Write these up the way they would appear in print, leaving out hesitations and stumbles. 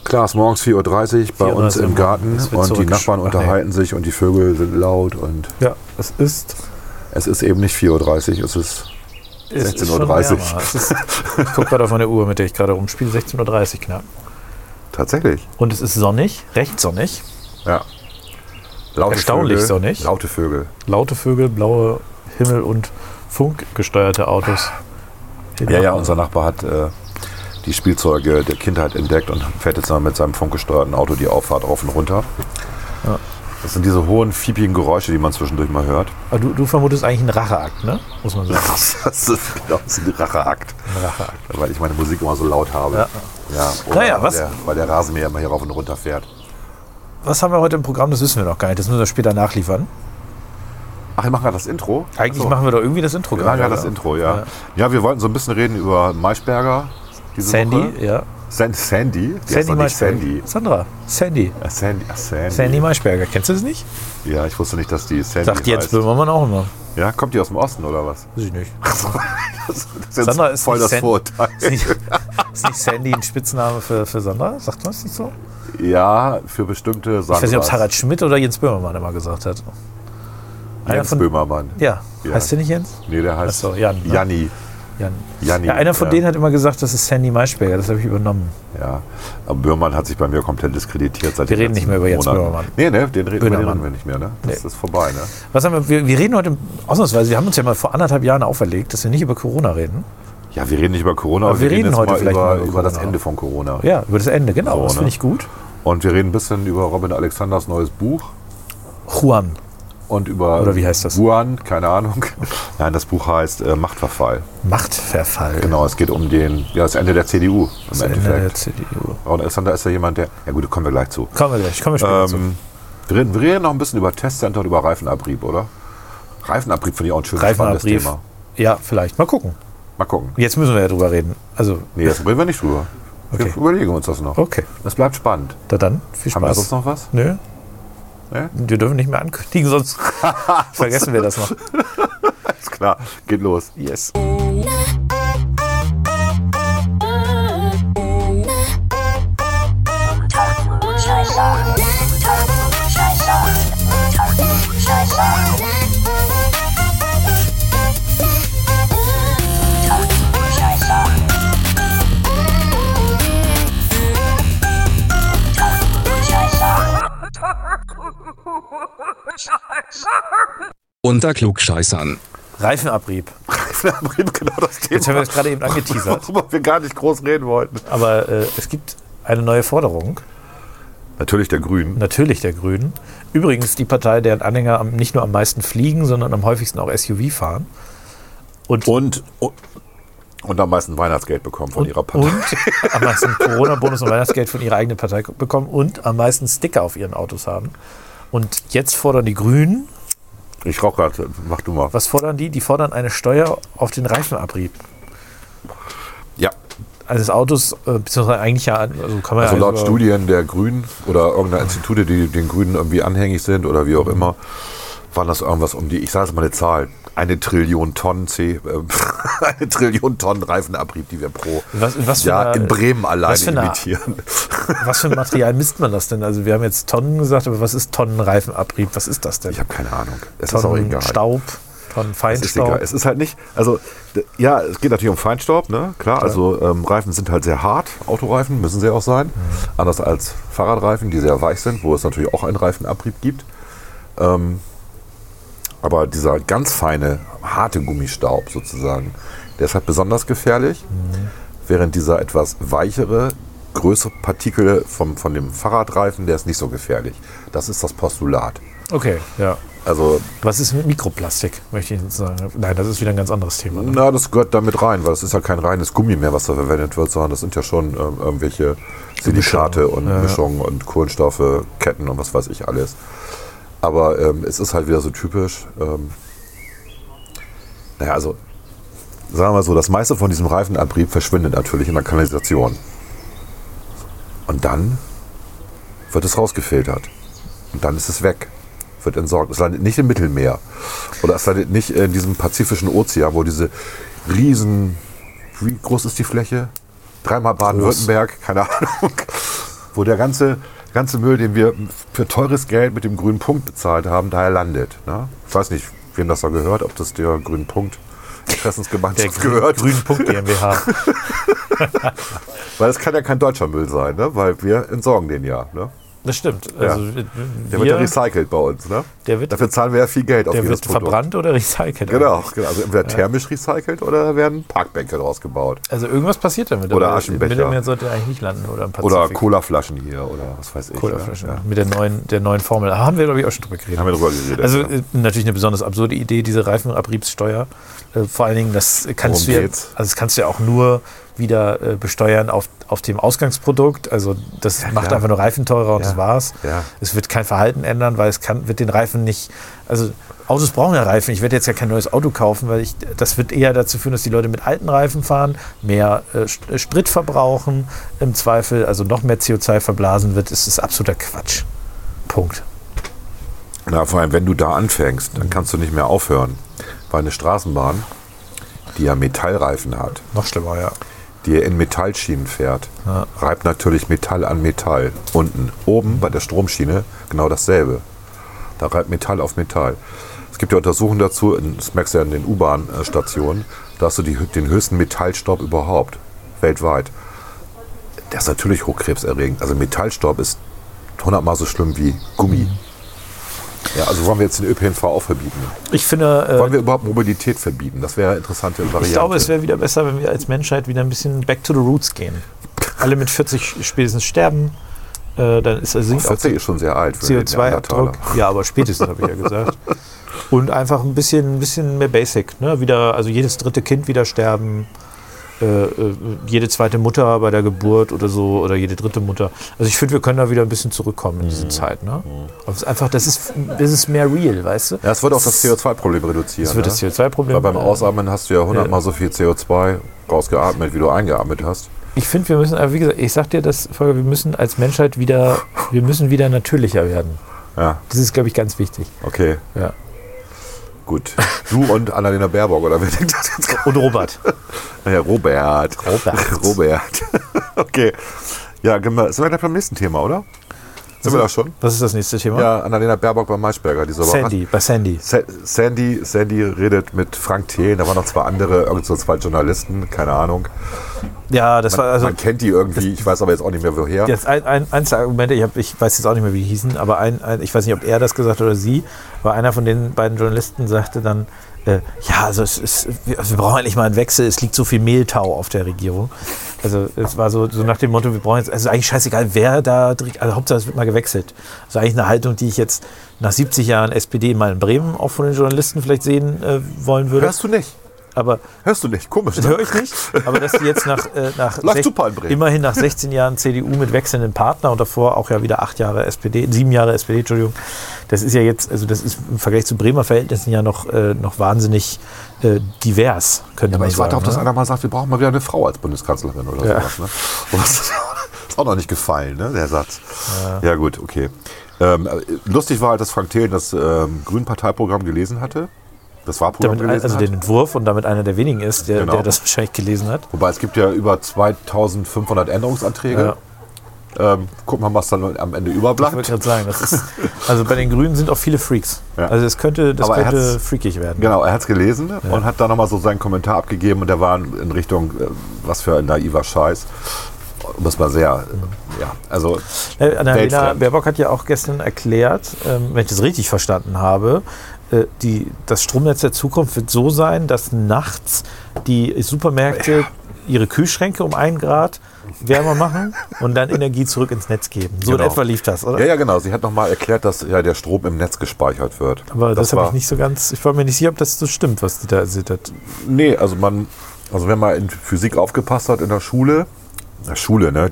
Klar, es ist morgens 4:30 Uhr bei uns im Garten und die Nachbarn unterhalten sich und die Vögel sind laut. Und ja, es ist eben nicht 4:30 Uhr, es ist 16:30 Uhr. Ich gucke gerade auf meine Uhr, mit der ich gerade rumspiele, 16:30 Uhr knapp. Tatsächlich. Und es ist sonnig, recht sonnig. Ja. Erstaunlich sonnig. Laute Vögel. Laute Vögel, blaue Himmel und funkgesteuerte Autos. Ja, unser Nachbar hat die Spielzeuge der Kindheit entdeckt und fährt jetzt mal mit seinem funkgesteuerten Auto die Auffahrt rauf und runter. Ja. Das sind diese hohen, fiepigen Geräusche, die man zwischendurch mal hört. Aber du vermutest eigentlich einen Racheakt, ne? Muss man sagen. Das ist ein Racheakt. Ein Racheakt. Weil ich meine Musik immer so laut habe. Ja, naja, weil der Rasenmäher immer hier rauf und runter fährt. Was haben wir heute im Programm? Das wissen wir noch gar nicht. Das müssen wir später nachliefern. Ach, wir machen gerade das Intro? Eigentlich machen wir doch irgendwie das Intro gerade. Wir machen gerade das Intro, ja. Ja, wir wollten so ein bisschen reden über Maischberger. Sandy, Woche. Ja. Sandy? Sandy Maischberger. Sandra. Sandy. Sandy Maischberger. Kennst du das nicht? Ja, ich wusste nicht, dass die Sandy sagt Jens Böhmermann auch immer. Ja, kommt die aus dem Osten oder was? Weiß ich nicht. das ist Sandra ist voll das Vorurteil. Ist nicht Sandy ein Spitzname für Sandra? Sagt man das nicht so? Ja, für bestimmte Sachen. Ich weiß nicht, ob es Harald Schmidt oder Jens Böhmermann immer gesagt hat. Jens Böhmermann. Ja. Heißt der nicht Jens? Nee, der heißt Jan. Ne? Janni. Ja, einer von denen hat immer gesagt, das ist Sandy Maischberger. Das habe ich übernommen. Ja, aber Böhmermann hat sich bei mir komplett diskreditiert. Seit wir reden nicht mehr über Jens Böhmermann. Nee, den reden wir nicht mehr. Ne? Das ist vorbei. Ne? Was haben wir reden heute ausnahmsweise, wir haben uns ja mal vor 1,5 Jahren auferlegt, dass wir nicht über Corona reden. Ja, wir reden nicht über Corona, aber wir reden heute vielleicht mal über das Ende von Corona. Ja, über das Ende, genau. So, das finde ich gut. Und wir reden ein bisschen über Robin Alexanders neues Buch. Juan. Und über oder wie heißt das? Wuhan, keine Ahnung. Nein, das Buch heißt Machtverfall. Machtverfall. Genau, es geht um das Ende der CDU. Das Ende der CDU. Und Alexander ist ja jemand, der... Ja gut, kommen wir gleich zu. Kommen wir später zu. Wir reden noch ein bisschen über Testcenter und über Reifenabrieb, oder? Reifenabrieb finde ich auch ein schönes, spannendes Thema. Ja, vielleicht. Mal gucken. Gucken. Jetzt müssen wir ja drüber reden. Nee, jetzt reden wir nicht drüber. Okay. Wir überlegen uns das noch. Okay. Das bleibt spannend. Dann viel Spaß. Haben wir sonst noch was? Nö. Wir dürfen nicht mehr ankündigen, sonst vergessen wir das noch. Ist klar, geht los. Yes. Unter Klugscheißern. Reifenabrieb. Reifenabrieb, genau das Thema. Jetzt haben wir das gerade eben angeteasert. Worüber wir gar nicht groß reden wollten. Aber es gibt eine neue Forderung. Natürlich der Grünen. Natürlich der Grünen. Übrigens die Partei, deren Anhänger nicht nur am meisten fliegen, sondern am häufigsten auch SUV fahren. Und am meisten Weihnachtsgeld bekommen von ihrer Partei. Und am meisten Corona-Bonus und Weihnachtsgeld von ihrer eigenen Partei bekommen und am meisten Sticker auf ihren Autos haben. Und jetzt fordern die Grünen... Ich rauche gerade, mach du mal. Was fordern die? Die fordern eine Steuer auf den Reifenabrieb. Ja. Eines Autos, beziehungsweise eigentlich ja... Also laut Studien der Grünen oder irgendeiner Institute, die den Grünen irgendwie anhängig sind oder wie auch immer, waren das irgendwas um die, ich sage jetzt mal eine Zahl, 1 Trillion Tonnen 1 Trillion Tonnen Reifenabrieb, die wir pro Jahr in Bremen alleine imitieren. Was für ein Material misst man das denn? Also wir haben jetzt Tonnen gesagt, aber was ist Tonnenreifenabrieb? Was ist das denn? Ich habe keine Ahnung. Es Tonnen ist auch egal. Staub, Tonnen Feinstaub. Es ist halt nicht, also ja, es geht natürlich um Feinstaub, ne? Klar, also Reifen sind halt sehr hart, Autoreifen müssen sie auch sein. Anders als Fahrradreifen, die sehr weich sind, wo es natürlich auch einen Reifenabrieb gibt. Aber dieser ganz feine, harte Gummistaub sozusagen, der ist halt besonders gefährlich, während dieser etwas weichere, größere Partikel von dem Fahrradreifen, der ist nicht so gefährlich. Das ist das Postulat. Okay, ja. Also, was ist mit Mikroplastik, möchte ich sagen? Nein, das ist wieder ein ganz anderes Thema. Ne? Na, das gehört damit rein, weil es ist ja kein reines Gummi mehr, was da verwendet wird, sondern das sind ja schon irgendwelche Silikate und Mischungen und Kohlenstoffe, Ketten und was weiß ich alles. Aber es ist halt wieder so typisch. Also sagen wir mal so, das meiste von diesem Reifenabrieb verschwindet natürlich in der Kanalisation. Und dann wird es rausgefiltert. Und dann ist es weg. Wird entsorgt. Es landet nicht im Mittelmeer. Oder es landet nicht in diesem Pazifischen Ozean, wo diese riesen... Wie groß ist die Fläche? 3-mal Baden-Württemberg, keine Ahnung. wo der ganze Müll, den wir für teures Geld mit dem grünen Punkt bezahlt haben, daher landet. Ne? Ich weiß nicht, wem das da gehört, ob das der grünen Punkt Interessensgemeinschaft gehört. Grünen Punkt GmbH. Weil das kann ja kein deutscher Müll sein, ne? Weil wir entsorgen den ja. Ne? Das stimmt. Ja. Also Der wird ja recycelt bei uns. Ne? Dafür zahlen wir ja viel Geld auf der jedes wird Produkt. verbrannt oder recycelt. Genau. Also entweder thermisch recycelt oder werden Parkbänke draus gebaut. Also irgendwas passiert damit. Oder aber Aschenbecher. Im Mittelmeer sollte er eigentlich nicht landen. Oder im Pazifik. Oder Colaflaschen hier oder was weiß ich. Colaflaschen. Ja. Mit der neuen Formel. Da haben wir, glaube ich, auch schon drüber geredet. Haben wir drüber geredet. Also ja. natürlich eine besonders absurde Idee, diese Reifenabriebssteuer. Vor allen Dingen, das kannst du ja auch nur wieder besteuern auf dem Ausgangsprodukt. Also das macht einfach nur Reifen teurer und das war's. Ja. Es wird kein Verhalten ändern, weil wird den Reifen nicht... Also Autos brauchen ja Reifen. Ich werde jetzt ja kein neues Auto kaufen, weil das wird eher dazu führen, dass die Leute mit alten Reifen fahren, mehr Sprit verbrauchen im Zweifel, also noch mehr CO2 verblasen wird. Das ist absoluter Quatsch. Punkt. Na, vor allem, wenn du da anfängst, dann kannst du nicht mehr aufhören. Weil eine Straßenbahn, die ja Metallreifen hat, Noch schlimmer, ja. die in Metallschienen fährt, reibt natürlich Metall an Metall. Unten, oben bei der Stromschiene genau dasselbe. Da reibt Metall auf Metall. Es gibt ja Untersuchungen dazu, das merkst du ja in den U-Bahn-Stationen, da hast du den höchsten Metallstaub überhaupt, weltweit. Der ist natürlich hochkrebserregend. Also Metallstaub ist 100-mal so schlimm wie Gummi. Ja, also wollen wir jetzt den ÖPNV auch verbieten? Ich finde... wollen wir überhaupt Mobilität verbieten? Das wäre eine interessante Variante. Ich glaube, es wäre wieder besser, wenn wir als Menschheit wieder ein bisschen back to the roots gehen. Alle mit 40 spätestens sterben. Dann ist 40 ist schon sehr alt für den CO2-Abdruck. Ja, aber spätestens, habe ich ja gesagt. Und einfach ein bisschen mehr Basic. Ne? Wieder, also jedes dritte Kind wieder sterben. Jede zweite Mutter bei der Geburt oder so, oder jede dritte Mutter. Also ich finde, wir können da wieder ein bisschen zurückkommen in diese Zeit. Ne? Aber es ist einfach, das ist mehr real, weißt du? Ja, es wird auch das CO2-Problem reduzieren. Das wird das CO2-Problem. Weil beim Ausatmen hast du ja 100-mal so viel CO2 rausgeatmet, wie du eingeatmet hast. Ich finde, wir müssen, aber wie gesagt, ich sag dir das, Volker, wir müssen als Menschheit wieder natürlicher werden. Ja. Das ist, glaube ich, ganz wichtig. Okay. Ja. Gut. Du und Annalena Baerbock, oder wer denkt das jetzt? Und Robert. Ja, Robert. Okay. Ja, sind wir gleich beim nächsten Thema, oder? Sind wir da schon? Was ist das nächste Thema? Ja, Annalena Baerbock bei Maischberger. Bei Sandy. Sandy redet mit Frank Thelen, da waren noch zwei andere, irgend so zwei Journalisten, keine Ahnung. Ja, das war also. Man kennt die irgendwie, ich weiß aber jetzt auch nicht mehr woher. Jetzt eins der Argumente, ich weiß jetzt auch nicht mehr, wie die hießen, aber ich weiß nicht, ob er das gesagt hat oder sie, aber einer von den beiden Journalisten sagte dann, also wir brauchen endlich mal einen Wechsel, es liegt so viel Mehltau auf der Regierung. Also es war so nach dem Motto, wir brauchen jetzt, also eigentlich scheißegal, wer da, also Hauptsache es wird mal gewechselt. Also eigentlich eine Haltung, die ich jetzt nach 70 Jahren SPD mal in Bremen auch von den Journalisten vielleicht sehen wollen würde. Hörst du nicht? Aber hörst du nicht? Komisch. Das höre ich nicht. Aber dass die jetzt immerhin nach 16 Jahren CDU mit wechselnden Partner und davor auch ja wieder 7 Jahre SPD, Entschuldigung. Das ist ja jetzt, also das ist im Vergleich zu Bremer Verhältnissen ja noch wahnsinnig divers, könnte man sagen. Aber ich warte auf, dass einer mal sagt, wir brauchen mal wieder eine Frau als Bundeskanzlerin oder sowas. Ne? Das ist auch noch nicht gefallen, ne, der Satz. Ja gut, okay. Lustig war halt, dass Frank Thelen das Grünen-Parteiprogramm gelesen hatte. Das Wahlprogramm gelesen also hat. den Entwurf und damit einer der wenigen ist, der das wahrscheinlich gelesen hat. Wobei es gibt ja über 2500 Änderungsanträge. Gucken wir mal, was dann am Ende überbleibt. Ich wollte gerade sagen, also bei den Grünen sind auch viele Freaks. Ja. Also das könnte freakig werden. Genau, er hat es gelesen und hat da nochmal so seinen Kommentar abgegeben und der war in Richtung, was für ein naiver Scheiß. Das war sehr, also Annalena Baerbock hat ja auch gestern erklärt, wenn ich das richtig verstanden habe, das Stromnetz der Zukunft wird so sein, dass nachts die Supermärkte ihre Kühlschränke um 1 Grad wärmer machen und dann Energie zurück ins Netz geben. So in etwa lief das, oder? Ja, genau. Sie hat nochmal erklärt, dass der Strom im Netz gespeichert wird. Aber das habe ich nicht so ganz, ich war mir nicht sicher, ob das so stimmt, was die da erzählt hat. Nee, also wenn man in Physik aufgepasst hat in der Schule, ne,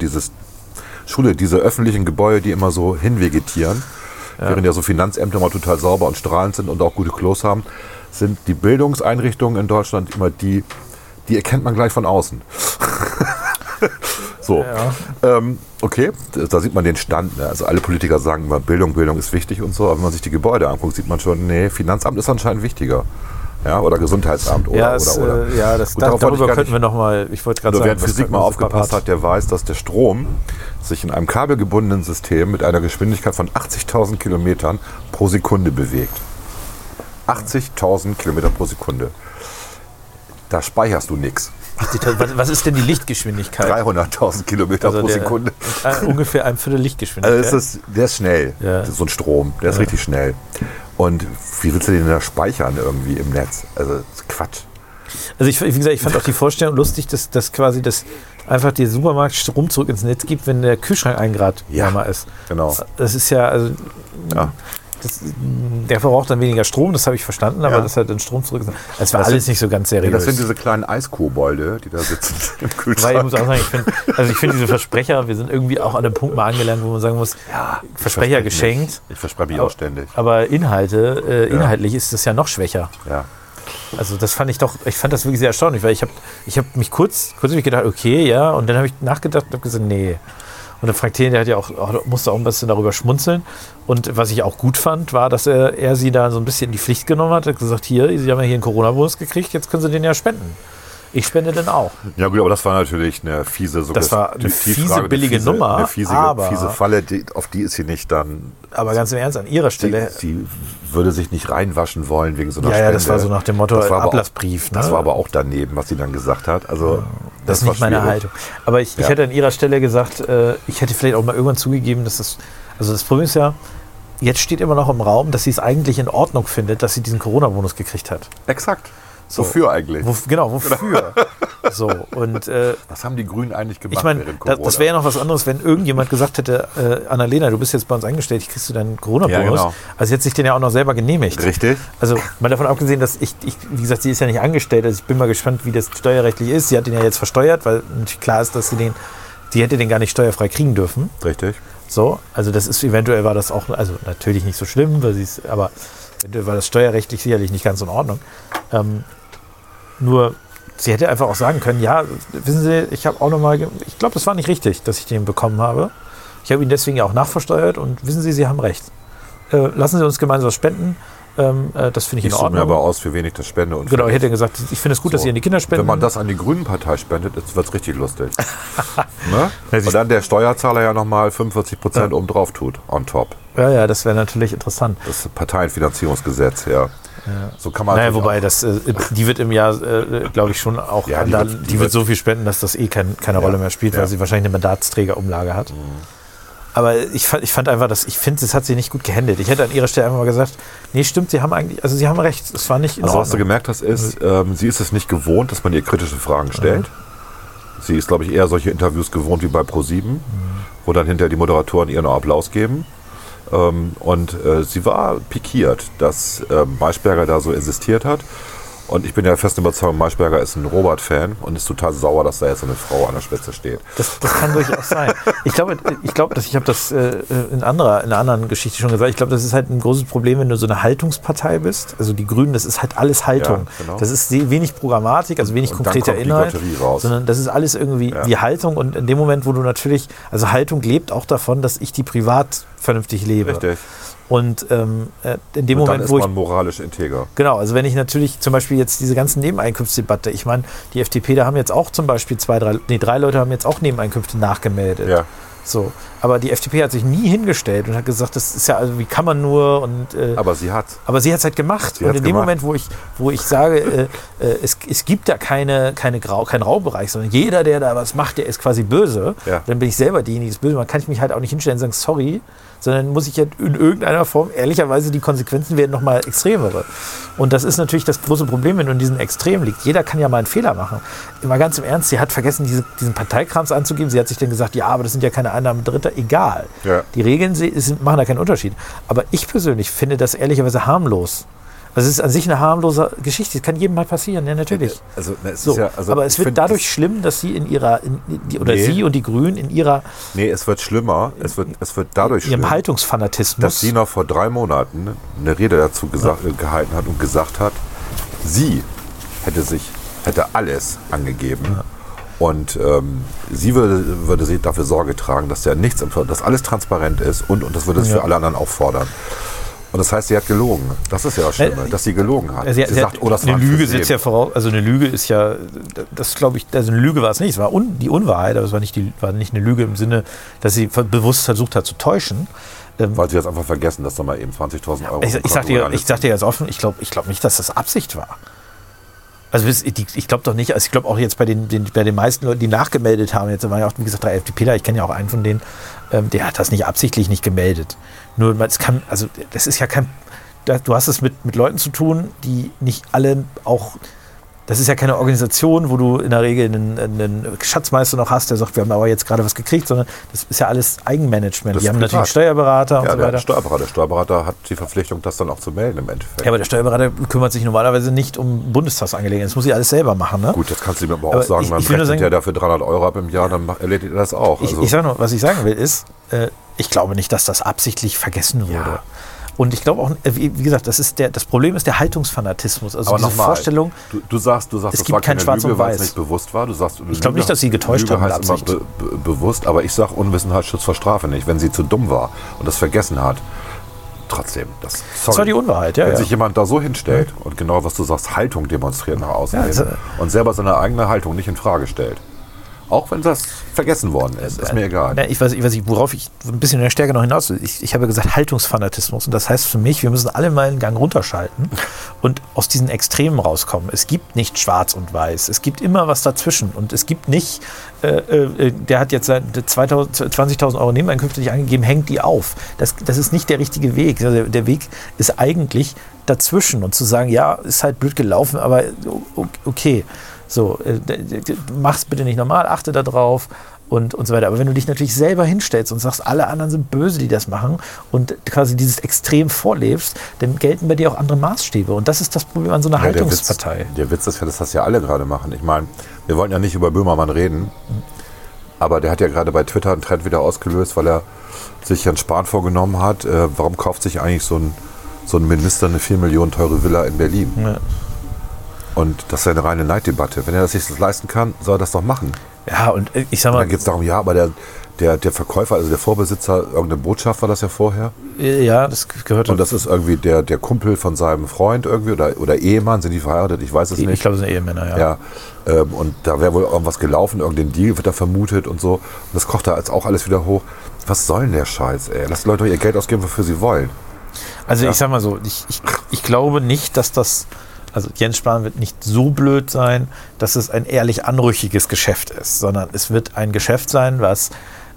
diese öffentlichen Gebäude, die immer so hinvegetieren, während ja so Finanzämter immer total sauber und strahlend sind und auch gute Klos haben, sind die Bildungseinrichtungen in Deutschland immer die erkennt man gleich von außen. So, okay, da sieht man den Stand. Ne? Also alle Politiker sagen immer, Bildung ist wichtig und so, aber wenn man sich die Gebäude anguckt, sieht man schon, nee, Finanzamt ist anscheinend wichtiger. Ja, oder Gesundheitsamt oder, Ja, oder. das, Gut, darauf wollte ich darüber gar könnten nicht- wir nochmal, ich wollte gerade Nur sagen, wer in Physik mal aufgepasst hat, der weiß, dass der Strom sich in einem kabelgebundenen System mit einer Geschwindigkeit von 80.000 Kilometern pro Sekunde bewegt. 80.000 Kilometer pro Sekunde. Da speicherst du nichts. Was ist denn die Lichtgeschwindigkeit? 300.000 Kilometer pro Sekunde. Ungefähr ein Viertel Lichtgeschwindigkeit. Also der ist schnell, Ja. Das ist so ein Strom, der ist richtig schnell. Und wie willst du den da speichern irgendwie im Netz? Also das ist Quatsch. Also wie gesagt, ich fand auch die Vorstellung lustig, dass quasi einfach der Supermarkt Strom zurück ins Netz gibt, wenn der Kühlschrank 1 Grad wärmer ist. Genau. Das ist ja, also Ja. der verbraucht dann weniger Strom, das habe ich verstanden, aber Ja. dass halt den Strom zurück ist. Es war Das alles sind- nicht so ganz Ja, seriös. das sind diese kleinen Eiskobolde, die da sitzen im Weil ich Kühlschrank. muss auch sagen, ich finde diese Versprecher, wir sind irgendwie auch an einem Punkt mal angelangt, wo man sagen muss, Versprecher geschenkt, Ich verspreche mich auch ständig. aber inhaltlich ist das ja noch schwächer. Ja. Also das fand ich fand das wirklich sehr erstaunlich, weil ich hab mich kurz gedacht, okay, ja, und dann habe ich nachgedacht und habe gesagt, nee. Und der Frank Thelen, der hat ja musste auch ein bisschen darüber schmunzeln. Und was ich auch gut fand, war, dass er sie da so ein bisschen in die Pflicht genommen hat. Er hat gesagt, hier, Sie haben ja hier einen Corona-Bonus gekriegt, jetzt können Sie den ja spenden. Ich spende den auch. Ja gut, aber das war natürlich eine fiese Das war eine fiese, billige Nummer, eine fiese Falle, auf die ist sie nicht dann. Aber ganz im Ernst, an Ihrer Stelle. Sie würde sich nicht reinwaschen wollen wegen so einer Ja, Spende. das war so nach dem Motto Das war aber Ablassbrief. Das war aber auch daneben, was sie dann gesagt hat. Also Das ist nicht war meine schwierig. Haltung. Aber ich hätte an Ihrer Stelle gesagt, ich hätte vielleicht auch mal irgendwann zugegeben, dass das Problem ist ja, jetzt steht immer noch im Raum, dass sie es eigentlich in Ordnung findet, dass sie diesen Corona-Bonus gekriegt hat. Exakt. So. Wofür eigentlich? Wofür? So, und Was haben die Grünen eigentlich gemacht ich meine, während Corona? das wäre ja noch was anderes, wenn irgendjemand gesagt hätte, Annalena, du bist jetzt bei uns eingestellt, ich kriegst du deinen Corona-Bonus. Ja, genau. Also sie hat sich den ja auch noch selber genehmigt. Richtig. Also mal davon abgesehen, dass wie gesagt, sie ist ja nicht angestellt, also ich bin mal gespannt, wie das steuerrechtlich ist. Sie hat den ja jetzt versteuert, weil natürlich klar ist, dass sie hätte den gar nicht steuerfrei kriegen dürfen. Richtig. So, also das ist, eventuell war das auch, also natürlich nicht so schlimm, aber eventuell war das steuerrechtlich sicherlich nicht ganz in Ordnung. Nur, sie hätte einfach auch sagen können, ja, wissen Sie, ich habe auch nochmal, ich glaube, das war nicht richtig, dass ich den bekommen habe. Ich habe ihn deswegen ja auch nachversteuert und wissen Sie, Sie haben recht. Lassen Sie uns gemeinsam was spenden. Das finde ich in Ich suche mir Ordnung. aber aus, für wen ich das spende. Und Genau, ich hätte gesagt, ich finde es gut, dass Sie an die Kinder spenden. Wenn man das an die Grünen-Partei spendet, wird es richtig lustig. Ne? Ja, sie- Und dann der Steuerzahler ja nochmal 45% obendrauf tut, on top. Ja, das wäre natürlich interessant. Das Parteienfinanzierungsgesetz, ja. So kann man Naja, natürlich wobei, die wird im Jahr, glaube ich, schon auch, Ja, die wird so viel spenden, dass das keine Rolle mehr spielt, weil sie wahrscheinlich eine Mandatsträgerumlage hat. Aber ich fand einfach, ich finde, das hat sie nicht gut gehandelt. Ich hätte an ihrer Stelle einfach mal gesagt, nee, stimmt, Sie haben recht, es war nicht in Also was du Ordnung. gemerkt hast, ist, sie ist es nicht gewohnt, dass man ihr kritische Fragen stellt. Sie ist, glaube ich, eher solche Interviews gewohnt wie bei Pro7, wo dann hinterher die Moderatoren ihr noch Applaus geben. Und sie war pikiert, dass Maischberger da so insistiert hat. Und ich bin ja fest überzeugt, Maischberger ist ein Robert-Fan und ist total sauer, dass da jetzt so eine Frau an der Spitze steht. Das kann durchaus sein. Ich habe das in einer anderen Geschichte schon gesagt. Ich glaube, das ist halt ein großes Problem, wenn du so eine Haltungspartei bist. Also die Grünen, das ist halt alles Haltung. Ja, genau. Das ist wenig Programmatik, also wenig Und dann konkreter kommt die Inhalt, Götterie raus. sondern das ist alles irgendwie wie Haltung. Und in dem Moment, wo du natürlich, also Haltung lebt auch davon, dass ich die privat vernünftig lebe. Richtig. Und in dem Und dann Moment, ist wo ich man moralisch integer. Genau, also wenn ich natürlich zum Beispiel jetzt diese ganzen Nebeneinkunftsdebatte, ich meine, die FDP, da haben jetzt auch zum Beispiel drei Leute haben jetzt auch Nebeneinkünfte nachgemeldet. Ja. So, aber die FDP hat sich nie hingestellt und hat gesagt, das ist ja, also wie kann man nur und Aber sie hat. aber sie hat es halt gemacht. Und in dem Moment, wo ich sage, es gibt ja keinen Graubereich, sondern jeder, der da was macht, der ist quasi böse, Ja. dann bin ich selber diejenige, die ist böse. Man kann ich mich halt auch nicht hinstellen und sagen, sorry, sondern muss ich ja in irgendeiner Form, ehrlicherweise, die Konsequenzen werden nochmal extremere. Und das ist natürlich das große Problem, wenn du in diesen Extremen liegst. Jeder kann ja mal einen Fehler machen. Immer ganz im Ernst, sie hat vergessen, diesen Parteikrams anzugeben. Sie hat sich dann gesagt, ja, aber das sind ja keine Einnahmen Dritter. Egal. Ja. Die Regeln machen da keinen Unterschied. Aber ich persönlich finde das ehrlicherweise harmlos. Also es ist an sich eine harmlose Geschichte. Das kann jedem mal passieren, ja, natürlich. Also, es So, ist ja, also aber es ich wird find, dadurch schlimm, dass sie sie und die Grünen in Nee, es wird schlimmer. Es wird dadurch ihrem schlimm, Haltungsfanatismus. dass sie noch vor 3 Monaten eine Rede dazu gehalten hat und gesagt hat, sie hätte alles angegeben. Ja. Und sie würde sie dafür Sorge tragen, dass ja nichts, dass alles transparent ist und das würde es für alle anderen auch fordern. Und das heißt, sie hat gelogen. Das ist ja auch schlimm, dass sie gelogen hat. Sie sagt, oh, das eine war Lüge setzt ja voraus, also eine Lüge ist ja, das glaube ich, also eine Lüge war es nicht, es war die Unwahrheit, aber es war nicht eine Lüge im Sinne, dass sie bewusst versucht hat zu täuschen. Weil sie jetzt einfach vergessen, dass da mal eben 20.000 Euro... Ich sag dir jetzt offen, ich glaube nicht, dass das Absicht war. Also ich glaube doch nicht, also ich glaube auch jetzt bei den meisten Leuten, die nachgemeldet haben, jetzt waren ja auch, wie gesagt, 3 FDPler, ich kenne ja auch einen von denen, der hat das nicht absichtlich nicht gemeldet. Nur es kann, also das ist ja kein, du hast es mit Leuten zu tun, die nicht alle auch, das ist ja keine Organisation, wo du in der Regel einen Schatzmeister noch hast, der sagt, wir haben aber jetzt gerade was gekriegt, sondern das ist ja alles Eigenmanagement. Die haben natürlich einen Steuerberater und so weiter. Der Steuerberater hat die Verpflichtung, das dann auch zu melden im Endeffekt. Ja, aber der Steuerberater kümmert sich normalerweise nicht um Bundestagsangelegenheiten. Das muss ich alles selber machen. Ne? Gut, das kannst du ihm aber auch sagen, man rechnet ja dafür 300 Euro ab im Jahr, dann erledigt er das auch. Ich sage nur, was ich sagen will, ist, ich glaube nicht, dass das absichtlich vergessen wurde. Ja. Und ich glaube auch, wie gesagt, das Problem ist der Haltungsfanatismus. Also aber diese Vorstellung. Du sagst, es das gibt war kein keine Schwarz Lüge, und weil Weiß. es nicht bewusst war. Du sagst, ich glaube nicht, dass sie getäuscht haben. Lüge heißt immer bewusst, aber ich sage, Unwissenheit schützt vor Strafe nicht. Wenn sie zu dumm war und das vergessen hat, trotzdem. Das war die Unwahrheit, ja. Wenn sich jemand da so hinstellt und genau, was du sagst, Haltung demonstriert nach außen und selber seine eigene Haltung nicht in Frage stellt. Auch wenn das vergessen worden ist mir egal. Ich weiß nicht, worauf ich ein bisschen in der Stärke noch hinaus will. Ich habe gesagt Haltungsfanatismus und das heißt für mich, wir müssen alle mal einen Gang runterschalten und aus diesen Extremen rauskommen. Es gibt nicht schwarz und weiß, es gibt immer was dazwischen und es gibt nicht, der hat jetzt 20.000 Euro Nebeneinkünfte nicht angegeben, hängt die auf. Das ist nicht der richtige Weg. Also der Weg ist eigentlich dazwischen und zu sagen, ja, ist halt blöd gelaufen, aber okay. So, mach's bitte nicht normal, achte da drauf und so weiter. Aber wenn du dich natürlich selber hinstellst und sagst, alle anderen sind böse, die das machen und quasi dieses Extrem vorlebst, dann gelten bei dir auch andere Maßstäbe. Und das ist das Problem an so einer Haltungspartei. Der Witz ist ja, dass das ja alle gerade machen. Ich meine, wir wollten ja nicht über Böhmermann reden, aber der hat ja gerade bei Twitter einen Trend wieder ausgelöst, weil er sich Jens Spahn vorgenommen hat, warum kauft sich eigentlich so ein Minister eine 4 Millionen teure Villa in Berlin? Ja. Und das ist ja eine reine Neiddebatte. Wenn er das sich leisten kann, soll er das doch machen. Ja, und ich sag mal. Und dann geht es darum, ja, aber der Verkäufer, also der Vorbesitzer, irgendeine Botschaft war das ja vorher. Ja, das gehört. Und das ist irgendwie der Kumpel von seinem Freund irgendwie oder Ehemann, sind die verheiratet? Ich weiß es nicht. Ich glaube, es sind Ehemänner, ja. Und da wäre wohl irgendwas gelaufen, irgendein Deal wird da vermutet und so. Und das kocht da jetzt auch alles wieder hoch. Was soll denn der Scheiß, ey? Lass die Leute doch ihr Geld ausgeben, wofür sie wollen. Also ich sag mal so, ich glaube nicht, dass das. Also Jens Spahn wird nicht so blöd sein, dass es ein ehrlich anrüchiges Geschäft ist, sondern es wird ein Geschäft sein, was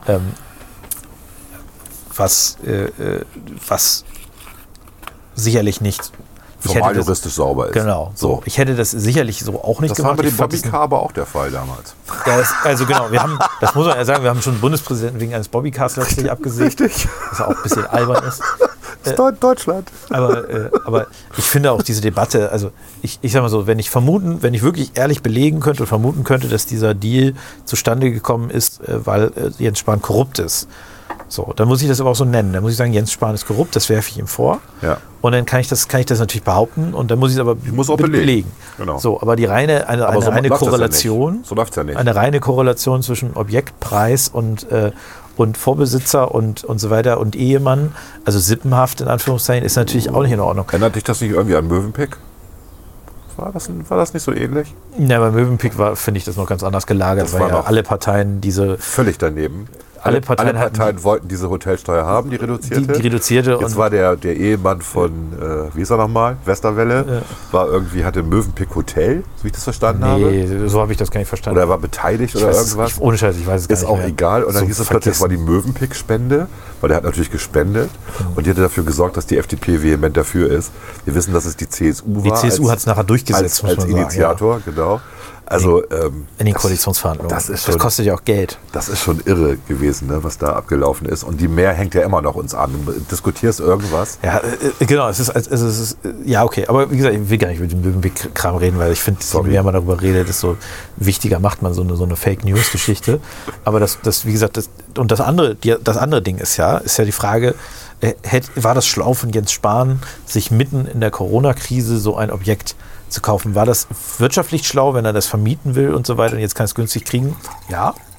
sicherlich nicht formal juristisch sauber ist. Genau. So. Ich hätte das sicherlich so auch nicht gemacht. Das war bei dem Bobbycar aber auch der Fall damals. Also genau, das muss man ja sagen, wir haben schon einen Bundespräsidenten wegen eines Bobbycars letztlich abgesägt. Richtig. Was auch ein bisschen albern ist. Deutschland. Aber ich finde auch diese Debatte, also ich sag mal so, wenn ich wirklich ehrlich belegen könnte und vermuten könnte, dass dieser Deal zustande gekommen ist, weil Jens Spahn korrupt ist, so, dann muss ich das aber auch so nennen. Dann muss ich sagen, Jens Spahn ist korrupt, das werfe ich ihm vor. Ja. Und dann kann ich das natürlich behaupten und dann muss ich es aber belegen. Genau. So, aber eine reine Korrelation, so läuft's ja nicht. Eine reine Korrelation zwischen Objektpreis und Vorbesitzer und so weiter und Ehemann, also sippenhaft in Anführungszeichen, ist natürlich auch nicht in Ordnung. Erinnert dich das nicht irgendwie an Mövenpick? War das nicht so ähnlich? Ja, bei Mövenpick finde ich das noch ganz anders gelagert, weil ja alle Parteien völlig daneben. Alle Parteien wollten diese Hotelsteuer haben, die reduzierte. Die reduzierte. Jetzt war der Ehemann von, wie ist er nochmal? Westerwelle, hatte ein Mövenpick Hotel, so wie ich das verstanden habe. Nee, so habe ich das gar nicht verstanden. Oder er war beteiligt oder irgendwas. Ohne Scheiß, ich weiß es gar nicht. Ist auch egal. Und dann hieß es plötzlich, das war die Mövenpick-Spende, weil der hat natürlich gespendet. Und die hatte dafür gesorgt, dass die FDP vehement dafür ist. Wir wissen, dass es die CSU war. Die CSU hat es nachher durchgesetzt, als Initiator, genau. Also, in den Koalitionsverhandlungen. Das kostet ja auch Geld. Das ist schon irre gewesen, ne, was da abgelaufen ist. Und die Mehr hängt ja immer noch uns an. Du diskutierst irgendwas. Ja, genau. Es ist ja, okay. Aber wie gesagt, ich will gar nicht über den Mövenpick-Kram reden, weil ich finde, je mehr man darüber redet, desto wichtiger macht man so eine Fake-News-Geschichte. Aber wie gesagt, das andere Ding ist ja die Frage, war das schlau von Jens Spahn, sich mitten in der Corona-Krise so ein Objekt zu kaufen? War das wirtschaftlich schlau, wenn er das vermieten will und so weiter und jetzt kann es günstig kriegen? Ja.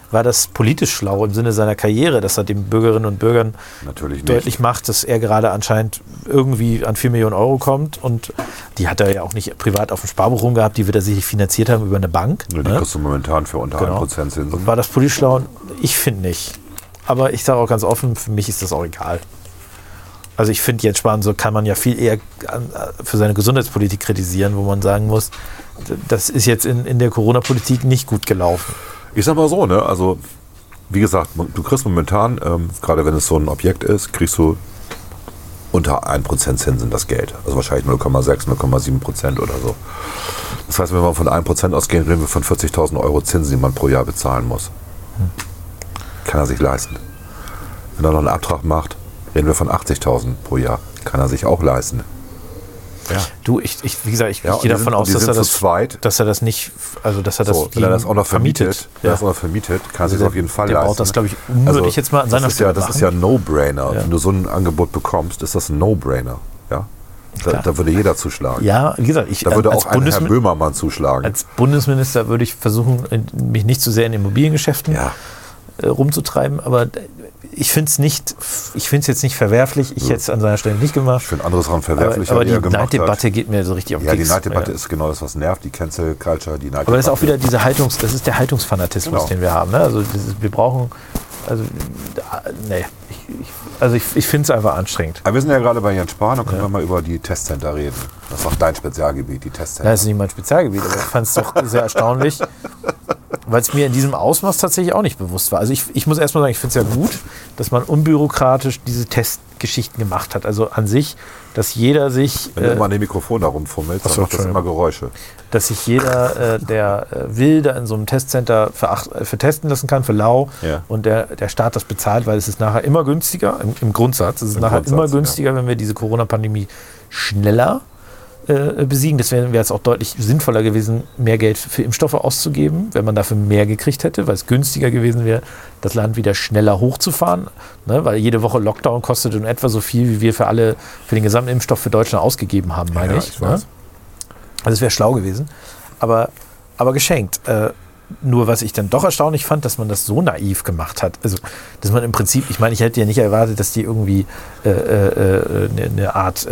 war das politisch schlau im Sinne seiner Karriere, dass er den Bürgerinnen und Bürgern Natürlich nicht. deutlich macht, dass er gerade anscheinend irgendwie an 4 Millionen Euro kommt und die hat er ja auch nicht privat auf dem Sparbuch rumgehabt, die wird er sich finanziert haben über eine Bank. Die kriegst du momentan für unter 1% Zinsen. War das politisch schlau? Ich finde nicht. Aber ich sage auch ganz offen, für mich ist das auch egal. Also ich finde, Jens Spahn, so kann man ja viel eher für seine Gesundheitspolitik kritisieren, wo man sagen muss, das ist jetzt in der Corona-Politik nicht gut gelaufen. Ich sag mal so, ne? Also, wie gesagt, du kriegst momentan, gerade wenn es so ein Objekt ist, kriegst du unter 1% Zinsen das Geld. Also wahrscheinlich 0,6, 0,7% oder so. Das heißt, wenn wir von 1% ausgehen, reden wir von 40.000 Euro Zinsen, die man pro Jahr bezahlen muss. Kann er sich leisten. Wenn er noch einen Abtrag macht, reden wir von 80.000 pro Jahr. Kann er sich auch leisten. Ja. Du, wie gesagt, ich gehe davon aus, dass er das nicht, also dass er das, so, wenn er das auch noch vermietet, kann er sich das auf jeden Fall leisten. Der baut das, glaube ich, würde ich jetzt mal an seiner Stelle machen. Das ist ja ein No-Brainer. Ja. Wenn du so ein Angebot bekommst, ist das ein No-Brainer. Ja? Da würde jeder zuschlagen. Ja, wie gesagt, da würde auch ein Herr Böhmermann zuschlagen. Als Bundesminister würde ich versuchen, mich nicht zu sehr in Immobiliengeschäften rumzutreiben, aber ich finde es jetzt nicht verwerflich. Ich hätte es an seiner Stelle nicht gemacht. Ich finde anderes daran verwerflich. Aber die Neiddebatte geht mir so richtig auf den Keks. Ja, die Neiddebatte ist genau das, was nervt. Die Cancel Culture, die Neiddebatte. Aber das ist auch wieder das ist der Haltungsfanatismus, den wir haben. Ne? Also wir brauchen, ich finde es einfach anstrengend. Aber wir sind ja gerade bei Jens Spahn und können wir mal über die Testcenter reden. Das ist auch dein Spezialgebiet, die Testcenter. Das ist nicht mein Spezialgebiet, aber ich fand es doch sehr erstaunlich, weil es mir in diesem Ausmaß tatsächlich auch nicht bewusst war. Also ich muss erstmal sagen, ich finde es ja gut, dass man unbürokratisch diese Testgeschichten gemacht hat. Also an sich, dass jeder sich... Wenn du immer an dem Mikrofon da rumfummelst, dann macht das immer Geräusche. Dass sich jeder, der will, da in so einem Testcenter für testen lassen kann, für lau. Ja. Und der Staat das bezahlt, weil es ist nachher immer günstiger, im Grundsatz, es ist nachher immer günstiger, wenn wir diese Corona-Pandemie schneller besiegen. Deswegen wäre es auch deutlich sinnvoller gewesen, mehr Geld für Impfstoffe auszugeben, wenn man dafür mehr gekriegt hätte, weil es günstiger gewesen wäre, das Land wieder schneller hochzufahren, ne? Weil jede Woche Lockdown kostet in etwa so viel, wie wir für den gesamten Impfstoff für Deutschland ausgegeben haben, meine ich. Ne? Also es wäre schlau gewesen, aber geschenkt. Nur was ich dann doch erstaunlich fand, dass man das so naiv gemacht hat. Also, dass man im Prinzip, ich meine, ich hätte ja nicht erwartet, dass die irgendwie eine Art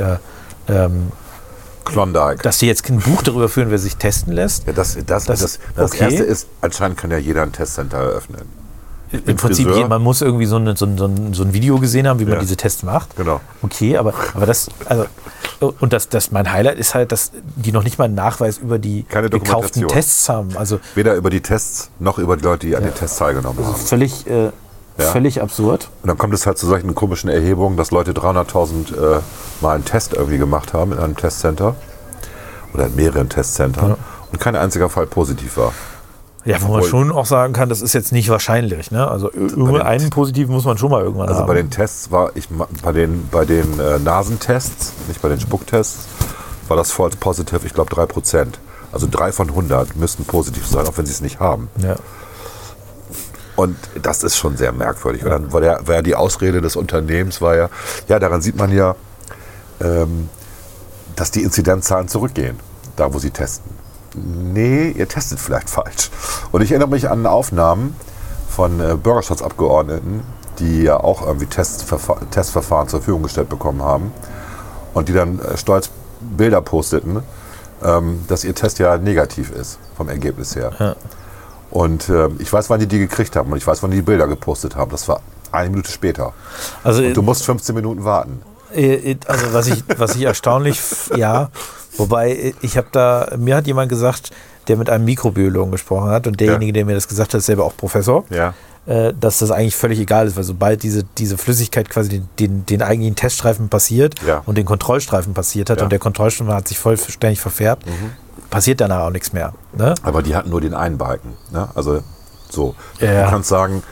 Klondike. Dass die jetzt kein Buch darüber führen, wer sich testen lässt. Ja, das okay. Erste ist, anscheinend kann ja jeder ein Testcenter eröffnen. Im Prinzip, man muss irgendwie so ein Video gesehen haben, wie man diese Tests macht. Genau. Okay, aber das, also, und das mein Highlight ist halt, dass die noch nicht mal einen Nachweis über die gekauften Tests haben. Also weder über die Tests, noch über die Leute, die an den Tests teilgenommen haben. Völlig absurd. Und dann kommt es halt zu solchen komischen Erhebungen, dass Leute 300.000 Mal einen Test irgendwie gemacht haben in einem Testcenter oder in mehreren Testzentren und kein einziger Fall positiv war. Ja, wo man schon auch sagen kann, das ist jetzt nicht wahrscheinlich. Ne? Also einen positiven muss man schon mal irgendwann haben. Also bei den Tests bei den Nasentests, nicht bei den Spucktests, war das False Positive, ich glaube 3%. Also 3 von 100 müssten positiv sein, auch wenn sie es nicht haben. Ja. Und das ist schon sehr merkwürdig. Und dann war ja die Ausrede des Unternehmens, daran sieht man ja, dass die Inzidenzzahlen zurückgehen, da wo sie testen. Nee, ihr testet vielleicht falsch. Und ich erinnere mich an Aufnahmen von Bürgerschaftsabgeordneten, die ja auch irgendwie Testverfahren zur Verfügung gestellt bekommen haben und die dann stolz Bilder posteten, dass ihr Test ja negativ ist, vom Ergebnis her. Ja. Und ich weiß, wann die gekriegt haben und ich weiß, wann die Bilder gepostet haben. Das war 1 Minute später. Also, und du musst 15 Minuten warten. Also was ich erstaunlich, wobei mir hat jemand gesagt, der mit einem Mikrobiologen gesprochen hat und derjenige, der mir das gesagt hat, ist selber auch Professor, dass das eigentlich völlig egal ist, weil sobald diese Flüssigkeit quasi den eigentlichen Teststreifen passiert und den Kontrollstreifen passiert hat und der Kontrollstreifen hat sich vollständig verfärbt, passiert danach auch nichts mehr. Ne? Aber die hatten nur den einen Balken. Ne? Also so. Du kannst sagen,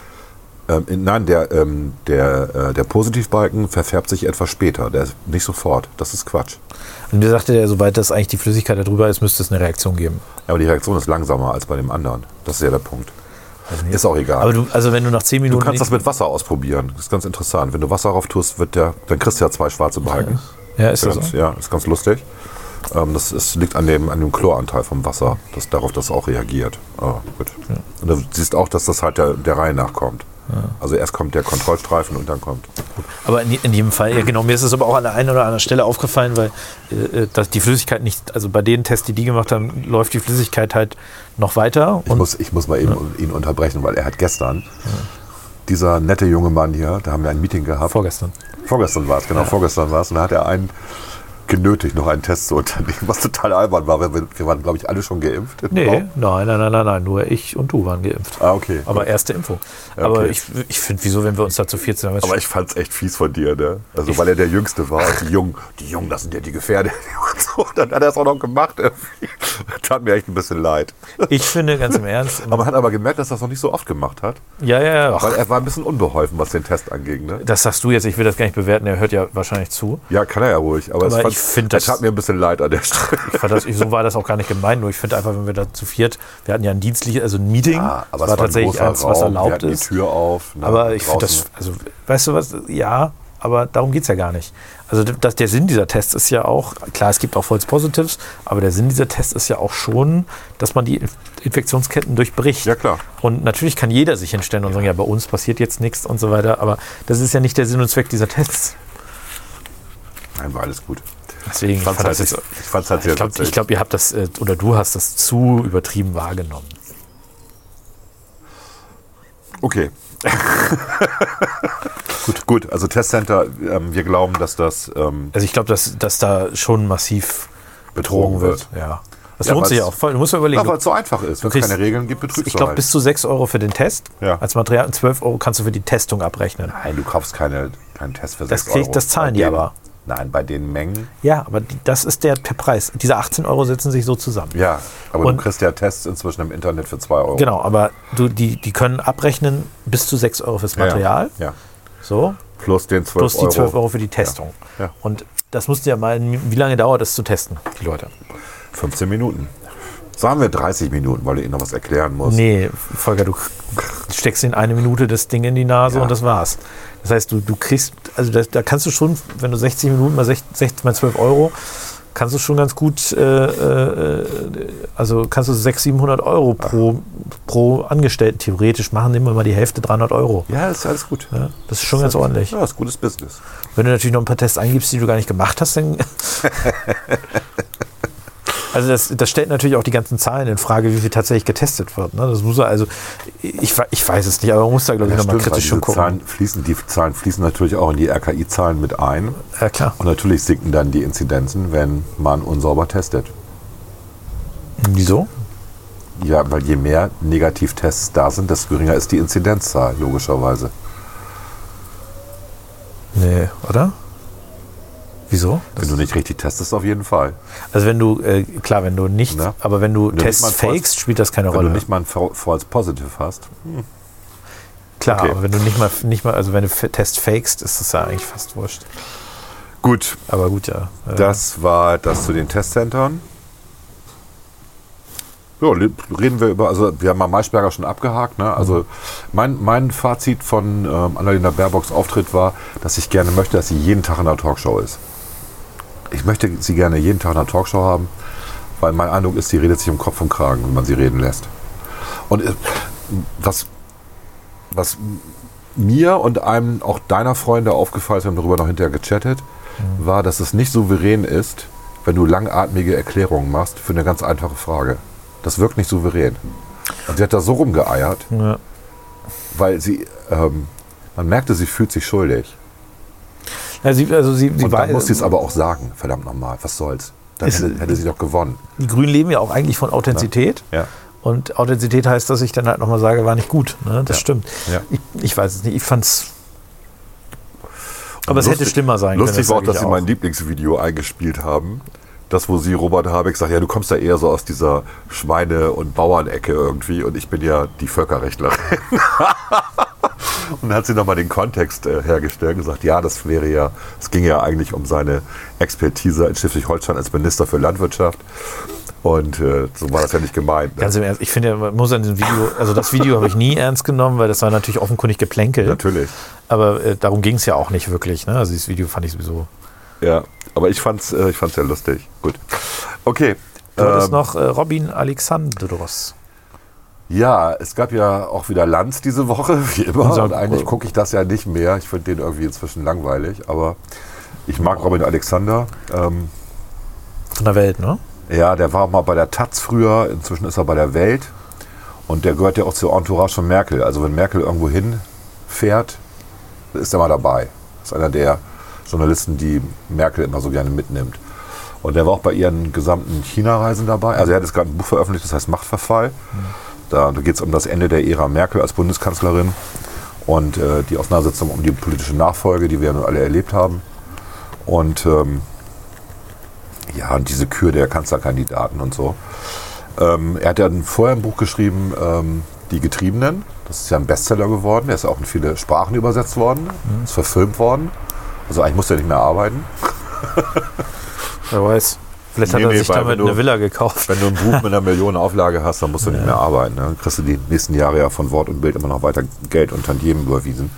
der Positivbalken verfärbt sich etwas später, der ist nicht sofort. Das ist Quatsch. Und der sagte, sobald das eigentlich die Flüssigkeit da drüber ist, müsste es eine Reaktion geben. Ja, aber die Reaktion ist langsamer als bei dem anderen. Das ist ja der Punkt. Ist auch egal. Aber wenn du nach 10 Minuten... Du kannst das mit Wasser ausprobieren. Das ist ganz interessant. Wenn du Wasser drauf tust, dann kriegst du ja 2 schwarze Balken. Ja, ist das so? Ja, ist ganz lustig. Liegt an dem Chloranteil vom Wasser, darauf das auch reagiert. Gut. Ja. Und du siehst auch, dass das halt der Reihe nachkommt. Ja. Also erst kommt der Kontrollstreifen und dann kommt. Aber in jedem Fall, ja genau, mir ist es aber auch an der einen oder anderen Stelle aufgefallen, weil dass die Flüssigkeit nicht, also bei den Tests, die gemacht haben, läuft die Flüssigkeit halt noch weiter. Ich muss mal eben ihn unterbrechen, weil er hat gestern, dieser nette junge Mann hier, da haben wir ein Meeting gehabt. Vorgestern war es. Und da hat er einen genötigt, noch einen Test zu unternehmen, was total albern war. Wir waren, glaube ich, alle schon geimpft. Nee, nein, nur ich und du waren geimpft. Okay. Aber erste Impfung. Okay. Aber ich finde, wieso, wenn wir uns da zu 14 haben. Aber ich fand es echt fies von dir, ne? Also, weil er der Jüngste war. Und die Jungen, das sind ja die Gefährder. Dann hat er es auch noch gemacht. Tat mir echt ein bisschen leid. Ich finde, ganz im Ernst. Aber man hat aber gemerkt, dass er das noch nicht so oft gemacht hat. Ja. Weil er war ein bisschen unbeholfen, was den Test anging, ne? Das sagst du jetzt, ich will das gar nicht bewerten, er hört ja wahrscheinlich zu. Ja, kann er ja ruhig. Aber es tat mir ein bisschen leid an der Stelle. So war das auch gar nicht gemeint, nur ich finde einfach, wenn wir da zu viert, wir hatten ja ein dienstliches, also ein Meeting, aber es war tatsächlich eins, was erlaubt ist. Die Tür auf. Aber ich finde das, also weißt du was, ja, aber darum geht es ja gar nicht. Also der Sinn dieser Tests ist ja auch, klar, es gibt auch False Positives, aber der Sinn dieser Tests ist ja auch schon, dass man die Infektionsketten durchbricht. Ja, klar. Und natürlich kann jeder sich hinstellen und sagen, ja, bei uns passiert jetzt nichts und so weiter, aber das ist ja nicht der Sinn und Zweck dieser Tests. Nein, war alles gut. Deswegen, ich fand es halt sehr witzig. Ich glaube, ihr habt das, oder du hast das zu übertrieben wahrgenommen. Okay. Gut, also Testcenter, wir glauben, dass das... also ich glaube, dass da schon massiv betrogen wird. Ja. Das lohnt sich auch. Du musst mal überlegen. Weil es so einfach ist. Wenn es keine Regeln gibt, betrügst du Ich glaube, bis zu 6 € für den Test als Material und 12 € kannst du für die Testung abrechnen. Nein, du kaufst keinen Test für 6 €. Das zahlen die aber. Nein, bei den Mengen. Ja, aber das ist der Preis. Diese 18 € setzen sich so zusammen. Ja, aber du kriegst ja Tests inzwischen im Internet für 2 €. Genau, aber die können abrechnen bis zu 6 € fürs Material. Ja. So. Plus den 12 Plus die 12 € für die Testung. Ja. Und das musst du ja mal, wie lange dauert es zu testen, die Leute? 15 Minuten. Sagen wir 30 Minuten, weil du ihnen noch was erklären musst. Nee, Volker, du steckst in 1 Minute das Ding in die Nase und das war's. Das heißt, du kriegst, also da kannst du schon, wenn du 60 Minuten mal 12 €, kannst du schon ganz gut, also kannst du 600-700 € pro Angestellten theoretisch machen, nehmen wir mal die Hälfte, 300 €. Ja, das ist alles gut. Ja, das ist schon ganz ordentlich. Ja, das ist gutes Business. Wenn du natürlich noch ein paar Tests eingibst, die du gar nicht gemacht hast, dann... Also das stellt natürlich auch die ganzen Zahlen in Frage, wie viel tatsächlich getestet wird. Ne? Das muss also, ich weiß es nicht, aber man muss da, glaube ich, nochmal kritisch schon gucken. Die Zahlen fließen natürlich auch in die RKI-Zahlen mit ein. Ja, klar. Und natürlich sinken dann die Inzidenzen, wenn man unsauber testet. Wieso? Ja, weil je mehr Negativtests da sind, desto geringer ist die Inzidenzzahl, logischerweise. Nee, oder? Wieso? Wenn du nicht richtig testest, auf jeden Fall. Also wenn du, klar, wenn du nicht, aber wenn du Tests fakest, spielt das keine Rolle. Wenn du nicht mal ein False Positive hast. Klar, aber wenn du nicht mal, also wenn du Test fakest, ist das ja eigentlich fast wurscht. Gut. Aber gut, ja. Das war das zu den Testcentern. Ja, reden wir über, also wir haben mal Maischberger schon abgehakt. Ne? Also mein Fazit von Annalena Baerbocks Auftritt war, dass ich gerne möchte, dass sie jeden Tag in einer Talkshow ist. Ich möchte sie gerne jeden Tag in einer Talkshow haben, weil mein Eindruck ist, sie redet sich um Kopf und Kragen, wenn man sie reden lässt. Und was mir und einem auch deiner Freunde aufgefallen ist, wir haben darüber noch hinterher gechattet, war, dass es nicht souverän ist, wenn du langatmige Erklärungen machst für eine ganz einfache Frage. Das wirkt nicht souverän. Und sie hat da so rumgeeiert, weil sie, man merkte, sie fühlt sich schuldig. Ja, und dann muss sie es aber auch sagen, verdammt nochmal, was soll's. Dann hätte sie doch gewonnen. Die Grünen leben ja auch eigentlich von Authentizität. Ja. Und Authentizität heißt, dass ich dann halt nochmal sage, war nicht gut. Ne? Das stimmt. Ja. Ich weiß es nicht, ich fand's... Aber es hätte schlimmer sein können. Lustig war auch, dass sie mein Lieblingsvideo eingespielt haben. Das, wo sie Robert Habeck sagt, ja, du kommst ja eher so aus dieser Schweine- und Bauernecke irgendwie und ich bin ja die Völkerrechtlerin. Und dann hat sie nochmal den Kontext hergestellt und gesagt, ja, es ging ja eigentlich um seine Expertise in Schleswig-Holstein als Minister für Landwirtschaft. Und so war das ja nicht gemeint. Ne? Ganz im Ernst, ich finde, man muss an diesem Video, also das Video habe ich nie ernst genommen, weil das war natürlich offenkundig Geplänkel. Natürlich. Aber darum ging es ja auch nicht wirklich. Ne? Also dieses Video fand ich sowieso Ja, aber ich fand's sehr lustig. Gut. Okay. Du hattest noch Robin Alexandros. Ja, es gab ja auch wieder Lanz diese Woche, wie immer. Und eigentlich gucke ich das ja nicht mehr. Ich finde den irgendwie inzwischen langweilig. Aber ich mag Robin Alexander. Von der Welt, ne? Ja, der war mal bei der Taz früher. Inzwischen ist er bei der Welt. Und der gehört ja auch zur Entourage von Merkel. Also wenn Merkel irgendwo hinfährt, ist er mal dabei. Das ist einer der Journalisten, die Merkel immer so gerne mitnimmt. Und der war auch bei ihren gesamten China-Reisen dabei. Also er hat jetzt gerade ein Buch veröffentlicht, das heißt Machtverfall. Da geht es um das Ende der Ära Merkel als Bundeskanzlerin und die Auseinandersetzung um die politische Nachfolge, die wir ja nun alle erlebt haben. Und und diese Kür der Kanzlerkandidaten und so. Er hat ja vorher ein Buch geschrieben, Die Getriebenen. Das ist ja ein Bestseller geworden. Er ist auch in viele Sprachen übersetzt worden. Ist verfilmt worden. Also eigentlich muss er nicht mehr arbeiten. Wer weiß. Vielleicht hat er sich damit eine Villa gekauft. Wenn du ein Buch mit einer Millionenauflage hast, dann musst du nicht mehr arbeiten. Ne? Dann kriegst du die nächsten Jahre ja von Wort und Bild immer noch weiter Geld und Tantiemen überwiesen.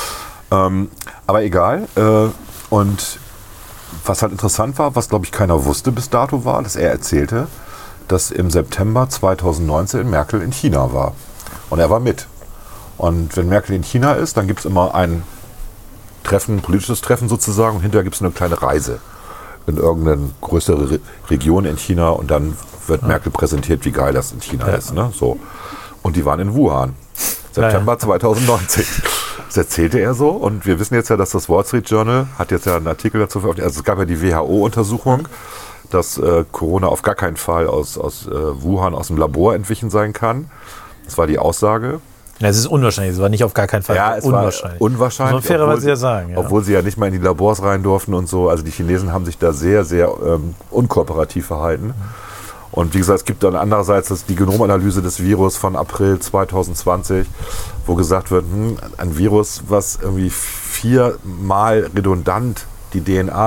Aber egal. Und was halt interessant war, was glaube ich keiner wusste bis dato war, dass er erzählte, dass im September 2019 Merkel in China war. Und er war mit. Und wenn Merkel in China ist, dann gibt es immer ein Treffen, ein politisches Treffen sozusagen. Und hinterher gibt es eine kleine Reise in irgendeine größere Region in China und dann wird Merkel präsentiert, wie geil das in China ist. Ne? So. Und die waren in Wuhan, September 2019. Das erzählte er so und wir wissen jetzt ja, dass das Wall Street Journal hat jetzt ja einen Artikel dazu veröffentlicht. Also es gab ja die WHO-Untersuchung, dass Corona auf gar keinen Fall aus Wuhan, aus dem Labor entwichen sein kann. Das war die Aussage. Ja, es ist unwahrscheinlich, es war nicht auf gar keinen Fall unwahrscheinlich. Unwahrscheinlich. Muss man fairerweise ja sagen. Ja. Obwohl sie ja nicht mal in die Labors rein durften und so. Also die Chinesen haben sich da sehr, sehr unkooperativ verhalten. Und wie gesagt, es gibt dann andererseits die Genomanalyse des Virus von April 2020, wo gesagt wird, ein Virus, was irgendwie 4-mal redundant die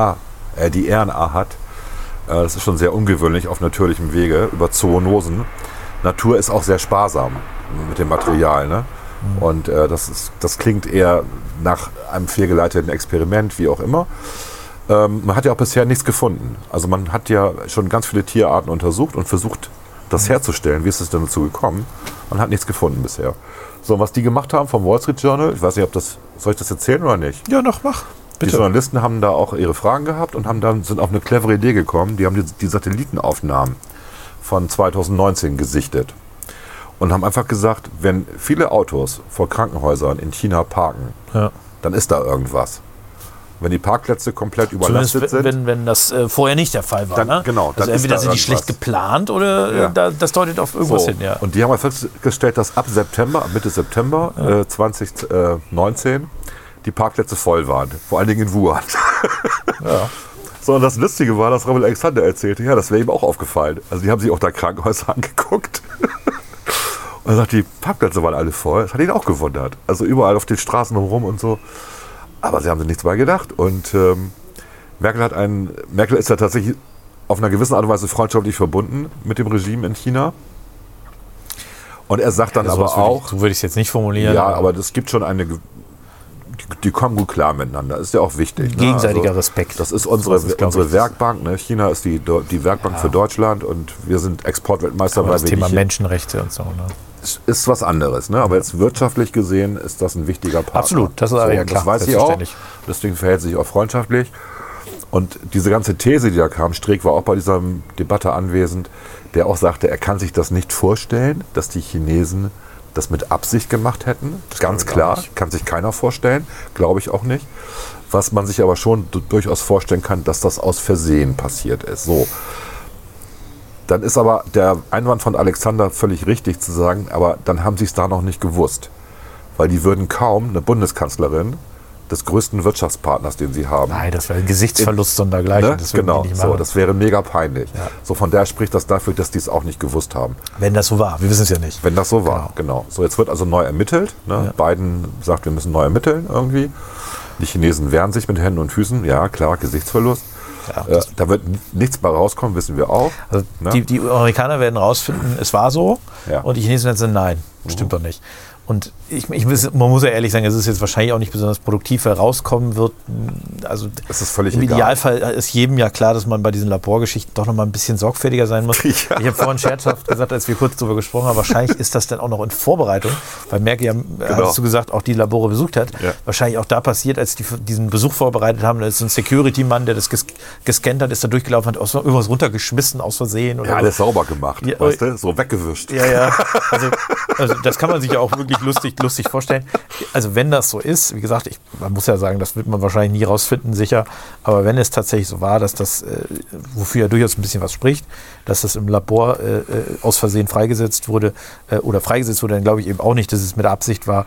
RNA hat, das ist schon sehr ungewöhnlich auf natürlichem Wege, über Zoonosen. Natur ist auch sehr sparsam mit dem Material. Ne? Und das klingt eher nach einem fehlgeleiteten Experiment, wie auch immer. Man hat ja auch bisher nichts gefunden. Also man hat ja schon ganz viele Tierarten untersucht und versucht, das herzustellen. Wie ist es denn dazu gekommen? Man hat nichts gefunden bisher. So, was die gemacht haben vom Wall Street Journal, ich weiß nicht, soll ich das erzählen oder nicht? Ja, noch, mach. Bitte. Die Journalisten haben da auch ihre Fragen gehabt und sind auf eine clevere Idee gekommen. Die haben die Satellitenaufnahmen von 2019 gesichtet und haben einfach gesagt, wenn viele Autos vor Krankenhäusern in China parken, dann ist da irgendwas. Wenn die Parkplätze komplett überlastet sind. Wenn das vorher nicht der Fall war. Dann, ne? Genau. Also entweder sind die schlecht geplant oder das deutet auf irgendwas hin. Ja. Und die haben festgestellt, dass ab Mitte September 2019 die Parkplätze voll waren. Vor allen Dingen in Wuhan. Ja. So, und das Lustige war, dass Robin Alexander erzählte, das wäre ihm auch aufgefallen. Also die haben sich auch da Krankenhäuser angeguckt. Und er sagt, die Parkplätze waren alle voll. Das hat ihn auch gewundert. Also überall auf den Straßen rum und so. Aber sie haben sich nichts bei gedacht. Und Merkel ist ja tatsächlich auf einer gewissen Art und Weise freundschaftlich verbunden mit dem Regime in China. Und er sagt dann aber auch... So würde ich es jetzt nicht formulieren. Ja, aber es gibt schon die kommen gut klar miteinander. Ist ja auch wichtig. Gegenseitiger Respekt. Das ist unsere Werkbank. Ne? China ist die Werkbank für Deutschland und wir sind Exportweltmeister. Aber das Thema Menschenrechte und so. Ne? Ist was anderes. Ne? Aber jetzt wirtschaftlich gesehen ist das ein wichtiger Partner. Absolut, das ist ja klar. Das weiß ich auch. Deswegen verhält sich auch freundschaftlich. Und diese ganze These, die da kam, Streeck war auch bei dieser Debatte anwesend, der auch sagte, er kann sich das nicht vorstellen, dass die Chinesen das mit Absicht gemacht hätten. Ganz klar, kann sich keiner vorstellen, glaube ich auch nicht. Was man sich aber schon durchaus vorstellen kann, dass das aus Versehen passiert ist. So. Dann ist aber der Einwand von Alexander völlig richtig zu sagen, aber dann haben sie es da noch nicht gewusst. Weil die würden kaum eine Bundeskanzlerin des größten Wirtschaftspartners, den sie haben. Nein, das wäre ein Gesichtsverlust und dergleichen. Ne? Das genau, so, das wäre mega peinlich. Ja. So, von daher spricht das dafür, dass die es auch nicht gewusst haben. Wenn das so war, wir wissen es ja nicht. Wenn das so war, genau. So, jetzt wird also neu ermittelt. Ne? Ja. Biden sagt, wir müssen neu ermitteln irgendwie. Die Chinesen wehren sich mit Händen und Füßen. Ja, klar, Gesichtsverlust. Ja, da wird nichts bei rauskommen, wissen wir auch. Also ne? die Amerikaner werden rausfinden, es war so. Ja. Und die Chinesen werden sagen, nein, stimmt doch nicht. Und man muss ja ehrlich sagen, es ist jetzt wahrscheinlich auch nicht besonders produktiv, wer rauskommen wird. Also Das ist völlig im egal. Idealfall ist jedem ja klar, dass man bei diesen Laborgeschichten doch noch mal ein bisschen sorgfältiger sein muss. Ja. Ich habe vorhin scherzhaft gesagt, als wir kurz darüber gesprochen haben, wahrscheinlich ist das dann auch noch in Vorbereitung, weil Merkel ja, hast du gesagt, auch die Labore besucht hat. Ja. Wahrscheinlich auch da passiert, als die diesen Besuch vorbereitet haben, da ist so ein Security-Mann, der das gescannt hat, ist da durchgelaufen, hat irgendwas runtergeschmissen aus Versehen. Oder Ja, alles sauber gemacht, Ja, weißt du? So weggewischt. Ja. Also das kann man sich ja auch wirklich lustig vorstellen. Also wenn das so ist, wie gesagt, man muss ja sagen, das wird man wahrscheinlich nie rausfinden, sicher. Aber wenn es tatsächlich so war, dass das, wofür ja durchaus ein bisschen was spricht, dass das im Labor aus Versehen freigesetzt wurde, dann glaube ich eben auch nicht, dass es mit Absicht war.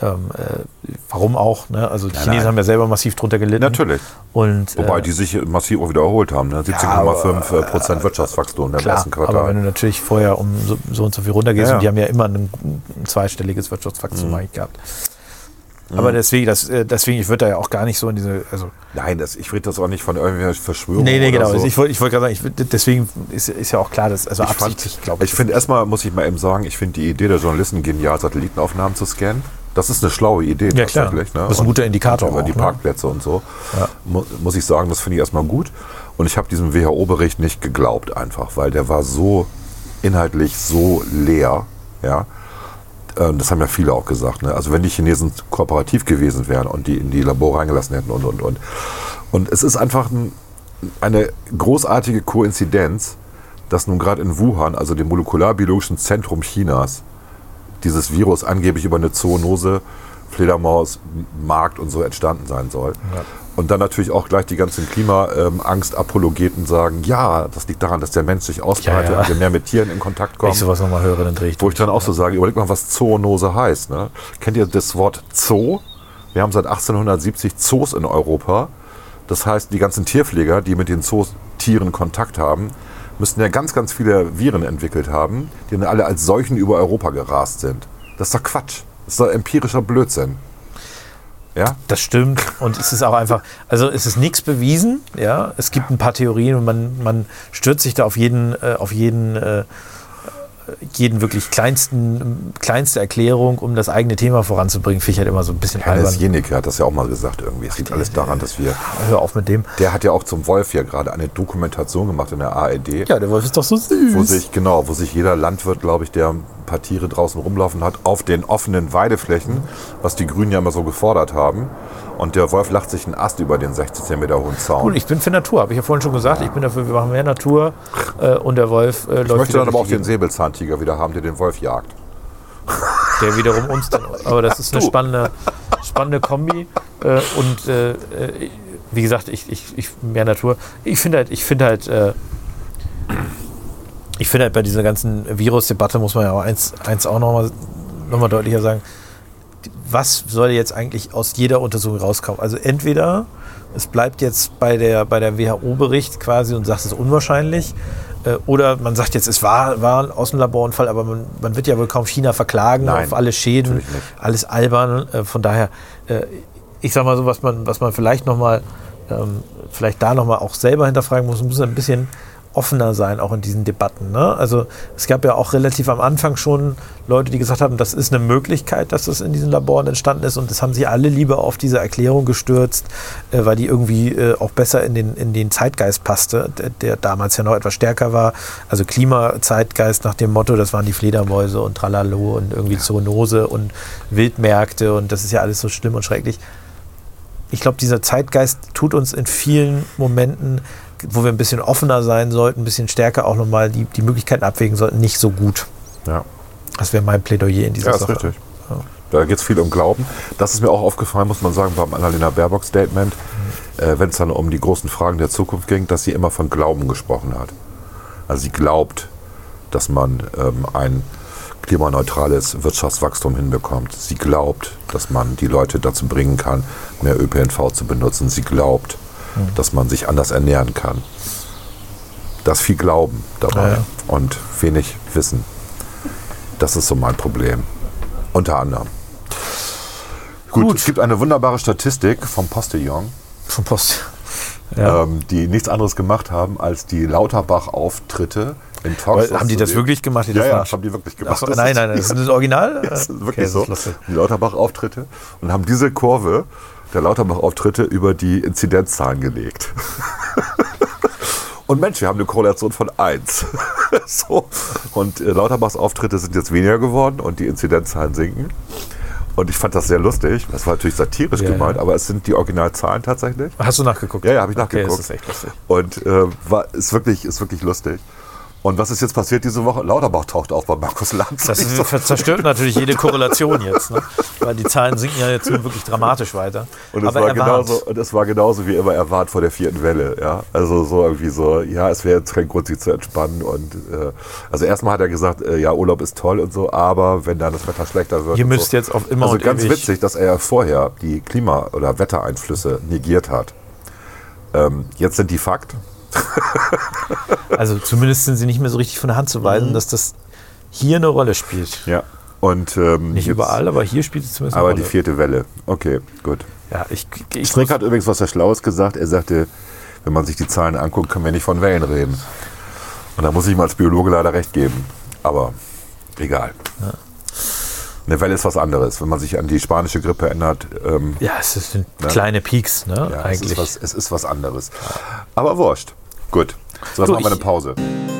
Warum auch? Ne? Also die Chinesen haben ja selber massiv drunter gelitten. Natürlich. Und, Wobei die sich massiv auch wieder erholt haben. Ne? 17,5% Wirtschaftswachstum im ersten Quartal. Aber wenn du natürlich vorher um so und so viel runtergehst, Ja. und die haben ja immer ein zweistelliges Wirtschaftswachstum eigentlich gehabt. Aber deswegen, ich würde da ja auch gar nicht so in diese, also Nein, ich rede das auch nicht von irgendwelchen Verschwörungen. nee, oder genau. So. Ich wollte gerade sagen, deswegen ist ja auch klar, dass absichtlich, glaube ich. Ich finde erstmal, muss ich mal eben sagen, ich finde die Idee der Journalisten genial, Satellitenaufnahmen zu scannen. Das ist eine schlaue Idee Ja, klar. tatsächlich. Ne? Das ist ein guter Indikator Über auch, die ne? Parkplätze und so. Ja. Muss ich sagen, das finde ich erstmal gut. Und ich habe diesem WHO-Bericht nicht geglaubt einfach, weil der war so inhaltlich so leer. Ja? Das haben ja viele auch gesagt. Ne? Also wenn die Chinesen kooperativ gewesen wären und die in die Labore reingelassen hätten und. Und es ist einfach eine großartige Koinzidenz, dass nun gerade in Wuhan, also dem molekularbiologischen Zentrum Chinas, dieses Virus angeblich über eine Zoonose, Fledermaus, Markt und so entstanden sein soll. Ja. Und dann natürlich auch gleich die ganzen Klimaangst-Apologeten sagen, ja, das liegt daran, dass der Mensch sich ausbreitet und wir mehr mit Tieren in Kontakt kommen. Wenn ich sowas nochmal höre, dann drehe ich Wo ich dann auch so sage, überleg mal, was Zoonose heißt. Ne? Kennt ihr das Wort Zoo? Wir haben seit 1870 Zoos in Europa. Das heißt, die ganzen Tierpfleger, die mit den Zootieren Kontakt haben, müssten ja ganz, ganz viele Viren entwickelt haben, die dann alle als Seuchen über Europa gerast sind. Das ist doch Quatsch. Das ist doch empirischer Blödsinn. Ja? Das stimmt. Und es ist auch einfach, also es ist nichts bewiesen. Ja? Es gibt ein paar Theorien und man stürzt sich da auf jeden wirklich kleinste Erklärung, um das eigene Thema voranzubringen, finde ich halt immer so ein bisschen albern. Hannes Jenecke hat das ja auch mal gesagt irgendwie. Es liegt alles daran, dass wir... Hör auf mit dem. Der hat ja auch zum Wolf hier gerade eine Dokumentation gemacht in der ARD. Ja, der Wolf ist doch so süß. Wo sich jeder Landwirt, glaube ich, der ein paar Tiere draußen rumlaufen hat, auf den offenen Weideflächen, was die Grünen ja immer so gefordert haben. Und der Wolf lacht sich einen Ast über den 16 Meter hohen Zaun. Gut, ich bin für Natur, habe ich ja vorhin schon gesagt. Ich bin dafür, wir machen mehr Natur und der Wolf läuft. Ich möchte dann aber auch den Säbelzahntiger wieder haben, der den Wolf jagt. Der wiederum uns dann. Aber das ist eine spannende Kombi. Wie gesagt, ich mehr Natur. Ich finde halt bei dieser ganzen Virusdebatte muss man ja auch eins auch noch mal deutlicher sagen. Was soll jetzt eigentlich aus jeder Untersuchung rauskommen? Also entweder es bleibt jetzt bei der WHO-Bericht quasi und sagt, es ist unwahrscheinlich, oder man sagt jetzt, es war ein Außenlaborunfall, aber man wird ja wohl kaum China verklagen. Nein, auf alle Schäden, alles albern. Von daher, ich sag mal so, was man vielleicht nochmal, vielleicht da nochmal auch selber hinterfragen muss ein bisschen offener sein, auch in diesen Debatten. Ne? Also es gab ja auch relativ am Anfang schon Leute, die gesagt haben, das ist eine Möglichkeit, dass das in diesen Laboren entstanden ist, und das haben sie alle lieber auf diese Erklärung gestürzt, weil die irgendwie auch besser in den Zeitgeist passte, der damals ja noch etwas stärker war. Also Klimazeitgeist nach dem Motto, das waren die Fledermäuse und Tralalo und irgendwie Zoonose und Wildmärkte und das ist ja alles so schlimm und schrecklich. Ich glaube, dieser Zeitgeist tut uns in vielen Momenten, wo wir ein bisschen offener sein sollten, ein bisschen stärker auch nochmal die Möglichkeiten abwägen sollten, nicht so gut. Ja. Das wäre mein Plädoyer in dieser Sache. Ja, ist richtig. Ja. Da geht es viel um Glauben. Das ist mir auch aufgefallen, muss man sagen, beim Annalena Baerbock-Statement, wenn es dann um die großen Fragen der Zukunft ging, dass sie immer von Glauben gesprochen hat. Also sie glaubt, dass man ein klimaneutrales Wirtschaftswachstum hinbekommt. Sie glaubt, dass man die Leute dazu bringen kann, mehr ÖPNV zu benutzen. Sie glaubt, dass man sich anders ernähren kann. Da ist viel Glauben dabei und wenig Wissen. Das ist so mein Problem. Unter anderem. Gut. Es gibt eine wunderbare Statistik vom Postillon, Vom Post. Ja. die nichts anderes gemacht haben, als die Lauterbach-Auftritte in Talkshows. Aber haben die das wirklich gemacht? Ja, das haben die wirklich gemacht. So, nein, das ist ein Original? Das ist wirklich Okay, so. das ist Die Lauterbach-Auftritte und haben diese Kurve der Lauterbach-Auftritte über die Inzidenzzahlen gelegt. Und Mensch, wir haben eine Korrelation von 1. So. Und Lauterbachs Auftritte sind jetzt weniger geworden und die Inzidenzzahlen sinken. Und ich fand das sehr lustig. Das war natürlich satirisch gemeint, aber es sind die Originalzahlen tatsächlich. Hast du nachgeguckt? Ja, habe ich nachgeguckt. Okay, das ist echt lustig. Und ist wirklich lustig. Und was ist jetzt passiert diese Woche? Lauterbach taucht auf bei Markus Lanz. Das zerstört natürlich jede Korrelation jetzt, ne? Weil die Zahlen sinken ja jetzt wirklich dramatisch weiter. Und es war genauso wie immer erwartet vor der 4. Welle. Ja? Also so irgendwie so, ja, es wäre jetzt kein Grund, sich zu entspannen. Und also erstmal hat er gesagt, ja, Urlaub ist toll und so, aber wenn dann das Wetter schlechter wird. Ihr müsst so. Jetzt auf immer also und ganz ewig. witzig, dass er vorher die Klima- oder Wettereinflüsse negiert hat. Jetzt sind die Fakt. Also zumindest sind sie nicht mehr so richtig von der Hand zu weisen, dass das hier eine Rolle spielt. Ja. Und, nicht überall, aber hier spielt es zumindest eine Rolle. Aber die 4. Welle. Okay, gut. Ja, ich Strick hat übrigens was sehr Schlaues gesagt. Er sagte, wenn man sich die Zahlen anguckt, können wir nicht von Wellen reden. Und da muss ich ihm als Biologe leider recht geben. Aber egal. Ja. Eine Welle ist was anderes. Wenn man sich an die spanische Grippe erinnert. Ja, es sind kleine Peaks, ne? Ja, eigentlich. Es ist was anderes. Aber wurscht. Gut. So, jetzt machen wir eine Pause.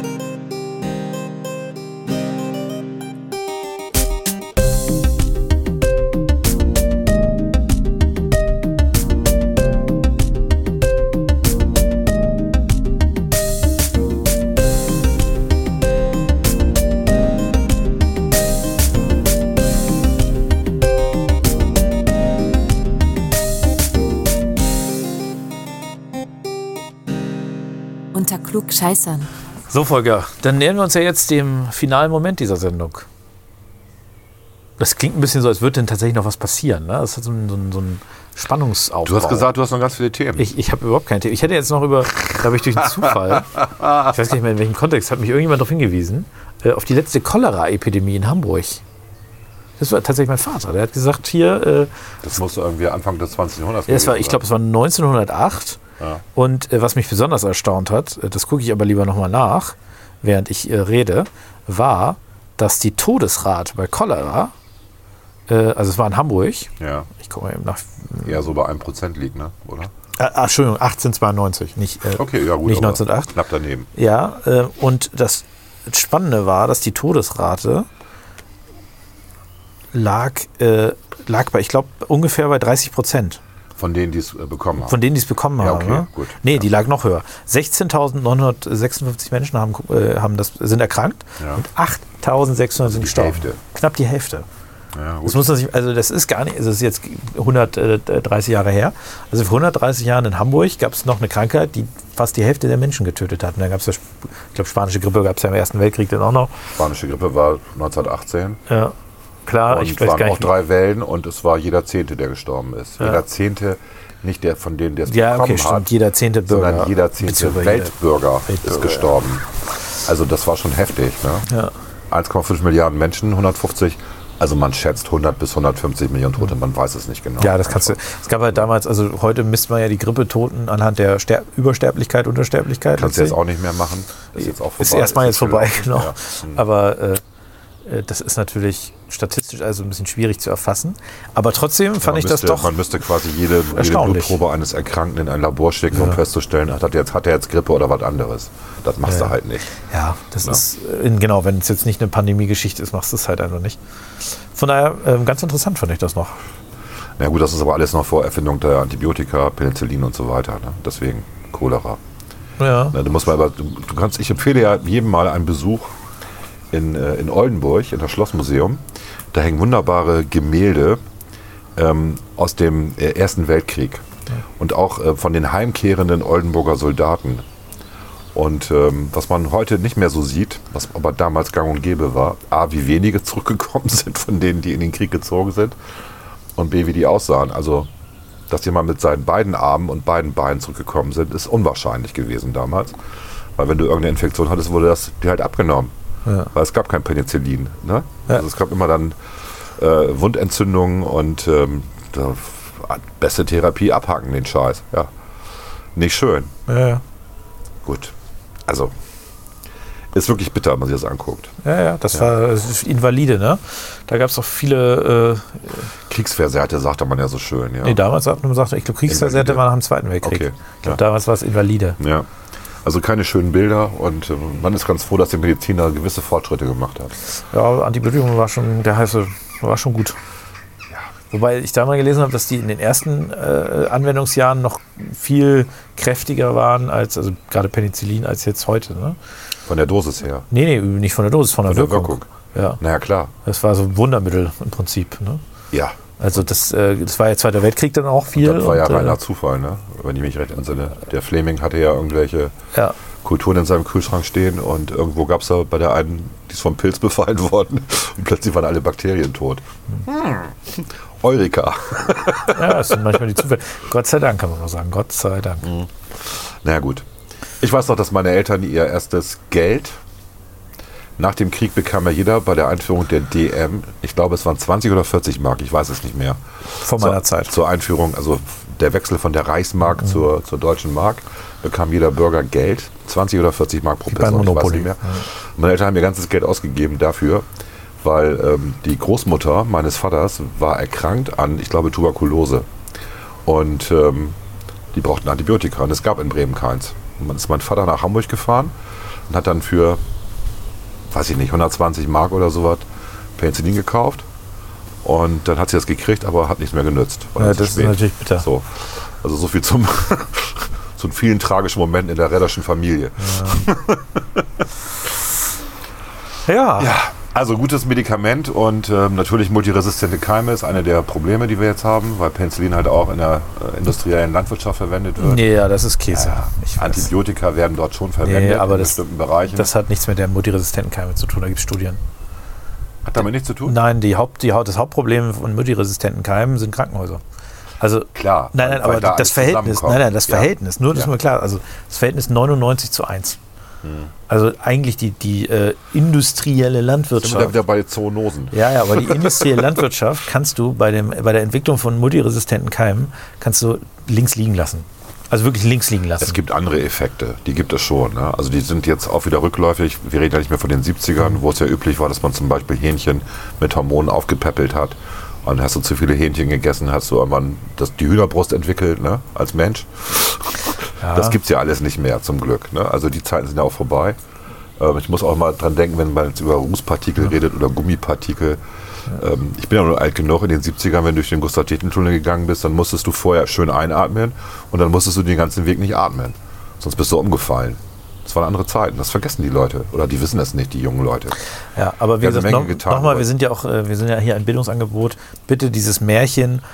Unter Klugscheißern. So, Volker, dann nähern wir uns ja jetzt dem finalen Moment dieser Sendung. Das klingt ein bisschen so, als würde denn tatsächlich noch was passieren. Ne? Das hat so einen Spannungsaufbau. Du hast gesagt, du hast noch ganz viele Themen. Ich habe überhaupt keine Themen. Ich hätte jetzt noch glaube ich, durch einen Zufall, ich weiß gar nicht mehr in welchem Kontext, hat mich irgendjemand darauf hingewiesen, auf die letzte Cholera-Epidemie in Hamburg. Das war tatsächlich mein Vater. Der hat gesagt, hier... das musste irgendwie Anfang des 20. Jahrhunderts ich glaube, es war 1908. Ja. Und was mich besonders erstaunt hat, das gucke ich aber lieber nochmal nach, während ich rede, war, dass die Todesrate bei Cholera, also es war in Hamburg, ja. Ich gucke mal eben nach. Ja, so bei 1% liegt, ne? Oder? Entschuldigung, 1892, nicht, okay, ja, gut, nicht 1908. Knapp daneben. Ja, und das Spannende war, dass die Todesrate lag bei, ich glaube, ungefähr bei 30%. Von denen, die es bekommen haben. Von denen, die es bekommen haben. Okay, ne? gut. Nee, die lag noch höher. 16.956 Menschen sind erkrankt und 8.600 sind gestorben. Hälfte. Knapp die Hälfte. Ja, gut. Das muss man sich, also das ist gar nicht, also das ist jetzt 130 Jahre her. Also vor 130 Jahren in Hamburg gab es noch eine Krankheit, die fast die Hälfte der Menschen getötet hat. Und dann gab es ja, ich glaube, spanische Grippe gab es ja im Ersten Weltkrieg dann auch noch. Spanische Grippe war 1918. Ja. Klar, und ich weiß waren gar auch nicht. 3 Wellen und es war jeder 10., der gestorben ist. Ja. Jeder 10., nicht der von denen, der es bekommen stimmt, hat, jeder 10. Bürger, sondern jeder 10. Weltbürger ist gestorben. Also das war schon heftig. Ne? Ja. 1,5 Milliarden Menschen, 150, also man schätzt 100 bis 150 Millionen Tote, man weiß es nicht genau. Ja, das kannst du. Es gab halt damals, also heute misst man ja die Grippetoten anhand der Übersterblichkeit, Untersterblichkeit. Kannst du jetzt auch nicht mehr machen. Ist jetzt auch vorbei. Ist erstmal jetzt vorbei, genau. Ja. Aber das ist natürlich statistisch also ein bisschen schwierig zu erfassen. Aber trotzdem fand ich das doch. Man müsste quasi jede Blutprobe eines Erkrankten in ein Labor schicken, um festzustellen, hat er jetzt Grippe oder was anderes. Das machst du halt nicht. Ja, das ist, genau, wenn es jetzt nicht eine Pandemie-Geschichte ist, machst du es halt einfach nicht. Von daher, ganz interessant fand ich das noch. Na gut, das ist aber alles noch vor Erfindung der Antibiotika, Penicillin und so weiter. Ne? Deswegen Cholera. Ja. Na, ich empfehle ja jedem mal einen Besuch in Oldenburg, in das Schlossmuseum. Da hängen wunderbare Gemälde aus dem Ersten Weltkrieg und auch von den heimkehrenden Oldenburger Soldaten. Und was man heute nicht mehr so sieht, was aber damals gang und gäbe war, A, wie wenige zurückgekommen sind von denen, die in den Krieg gezogen sind, und B, wie die aussahen. Also, dass jemand mit seinen beiden Armen und beiden Beinen zurückgekommen sind, ist unwahrscheinlich gewesen damals. Weil wenn du irgendeine Infektion hattest, wurde das dir halt abgenommen. Ja. Weil es gab kein Penicillin. Ne? Ja. Also es gab immer dann Wundentzündungen und beste Therapie, abhaken den Scheiß. Ja. Nicht schön. Ja. Gut. Also, Ist wirklich bitter, wenn man sich das anguckt. Ja, das ist Invalide, ne? Da gab es auch viele... Kriegsversehrte, sagte man ja so schön. Ja. Nee, damals hat man gesagt, ich glaube, Kriegsversehrte waren nach dem Zweiten Weltkrieg. Okay, ich glaube, damals war es Invalide. Ja. Also keine schönen Bilder und man ist ganz froh, dass die Medizin da gewisse Fortschritte gemacht hat. Ja, Antibiotikum war schon, war schon gut. Ja. Wobei ich da mal gelesen habe, dass die in den ersten Anwendungsjahren noch viel kräftiger waren, also gerade Penicillin, als jetzt heute. Ne? Von der Dosis her. Nee, nicht von der Dosis, von der Wirkung. Ja. Naja, klar. Das war so ein Wundermittel im Prinzip. Ne? Ja. Also das war ja Zweiter Weltkrieg dann auch viel. Und das war ja reiner Zufall, ne? Wenn ich mich recht entsinne. Der Fleming hatte ja irgendwelche Kulturen in seinem Kühlschrank stehen und irgendwo gab es da bei der einen, die ist vom Pilz befallen worden und plötzlich waren alle Bakterien tot. Eureka. Ja, das sind manchmal die Zufälle. Gott sei Dank, kann man noch sagen. Gott sei Dank. Naja, gut. Ich weiß noch, dass meine Eltern ihr erstes Geld nach dem Krieg bekam ja jeder bei der Einführung der DM, ich glaube es waren 20 oder 40 Mark, ich weiß es nicht mehr. Vor meiner Zeit. Zur Einführung, also der Wechsel von der Reichsmark zur deutschen Mark, bekam jeder Bürger Geld, 20 oder 40 Mark pro Person, ich weiß nicht mehr. Meine Eltern haben ihr ganzes Geld ausgegeben dafür, weil die Großmutter meines Vaters war erkrankt an, ich glaube, Tuberkulose. Und die brauchten Antibiotika und es gab in Bremen keins. Und dann ist mein Vater nach Hamburg gefahren und hat dann für, weiß ich nicht, 120 Mark oder sowas Penicillin gekauft. Und dann hat sie das gekriegt, aber hat nichts mehr genützt. Ja, das ist natürlich bitter. So. Also so viel zum zu vielen tragischen Momenten in der Redderschen Familie. Ja. Also gutes Medikament und natürlich multiresistente Keime ist eine der Probleme, die wir jetzt haben, weil Penicillin halt auch in der industriellen Landwirtschaft verwendet wird. Ja, das ist Käse. Antibiotika werden dort schon verwendet aber in bestimmten Bereichen. Das hat nichts mit der multiresistenten Keime zu tun, da gibt es Studien. Hat damit nichts zu tun? Nein, das Hauptproblem von multiresistenten Keimen sind Krankenhäuser. Also klar. Nein, aber das Verhältnis, Verhältnis, nur das ist mal klar, also das Verhältnis 99:1. Also eigentlich die industrielle Landwirtschaft. Sind wir wieder bei Zoonosen. Ja, aber die industrielle Landwirtschaft kannst du bei der Entwicklung von multiresistenten Keimen links liegen lassen. Also wirklich links liegen lassen. Es gibt andere Effekte, die gibt es schon. Ne? Also die sind jetzt auch wieder rückläufig. Wir reden ja nicht mehr von den 70ern, wo es ja üblich war, dass man zum Beispiel Hähnchen mit Hormonen aufgepäppelt hat. Und hast du zu viele Hähnchen gegessen, hast du irgendwann die Hühnerbrust entwickelt, ne? Als Mensch. Ja. Das gibt es ja alles nicht mehr, zum Glück. Ne? Also die Zeiten sind ja auch vorbei. Ich muss auch mal dran denken, wenn man jetzt über Rußpartikel redet oder Gummipartikel. Ich bin ja nur alt genug, in den 70ern, wenn du durch den Gustav-Tietjen-Tunnel gegangen bist, dann musstest du vorher schön einatmen und dann musstest du den ganzen Weg nicht atmen. Sonst bist du umgefallen. Das waren andere Zeiten, das vergessen die Leute. Oder die wissen es nicht, die jungen Leute. Ja, aber wie gesagt, nochmal, wir sind ja hier ein Bildungsangebot. Bitte dieses Märchen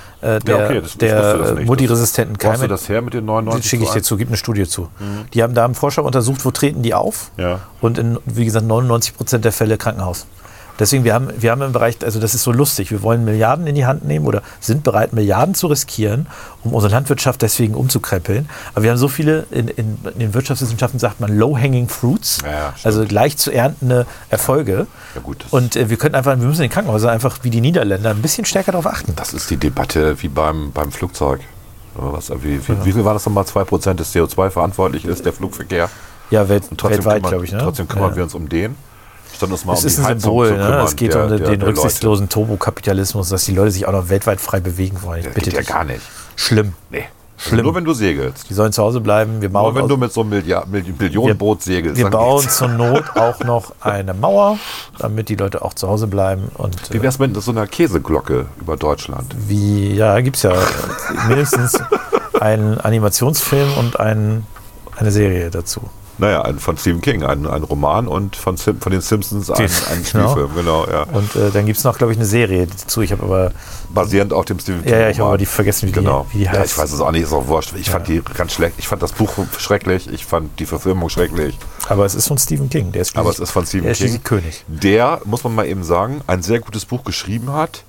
der multiresistenten Keime. Hast du das her mit den 99? Das schicke ich dir zu, gibt eine Studie zu. Die haben da einen Forscher untersucht, wo treten die auf? Ja. Und in, wie gesagt, 99% der Fälle Krankenhaus. Deswegen, wir haben im Bereich, also das ist so lustig, wir wollen Milliarden in die Hand nehmen oder sind bereit, Milliarden zu riskieren, um unsere Landwirtschaft deswegen umzukrempeln. Aber wir haben so viele, in den Wirtschaftswissenschaften sagt man Low-Hanging Fruits, also leicht zu erntende Erfolge. Ja, gut, und wir müssen in den Krankenhäusern einfach wie die Niederländer ein bisschen stärker darauf achten. Das ist die Debatte wie beim Flugzeug. Wie viel war das nochmal? 2% des CO2 verantwortlich ist, der Flugverkehr? Ja, weltweit, glaube ich. Ne? Trotzdem kümmern wir uns um den. Es ist ein Symbol, ne? Es geht um den rücksichtslosen Turbokapitalismus, dass die Leute sich auch noch weltweit frei bewegen wollen. Das geht ja gar nicht. Schlimm. Nee. Schlimm. Nur wenn du segelst. Die sollen zu Hause bleiben. Nur wenn du mit so einem Billionenboot segelst. Wir bauen zur Not auch noch eine Mauer, damit die Leute auch zu Hause bleiben. Und, wie wär's mit so einer Käseglocke über Deutschland? Gibt es ja mindestens einen Animationsfilm und eine Serie dazu. Naja, von Stephen King, ein Roman und von den Simpsons ein Spielfilm, genau, ja. Und dann gibt es noch, glaube ich, eine Serie dazu. Ich habe aber... Basierend auf dem Stephen King. Ja, ich habe aber die vergessen, wie die heißt. Ja, ich weiß es auch nicht, ist auch wurscht. Ich fand die ganz schlecht. Ich fand das Buch schrecklich, ich fand die Verfilmung schrecklich. Aber es ist von Stephen King. Aber es ist von Stephen King. König. Der, muss man mal eben sagen, ein sehr gutes Buch geschrieben hat,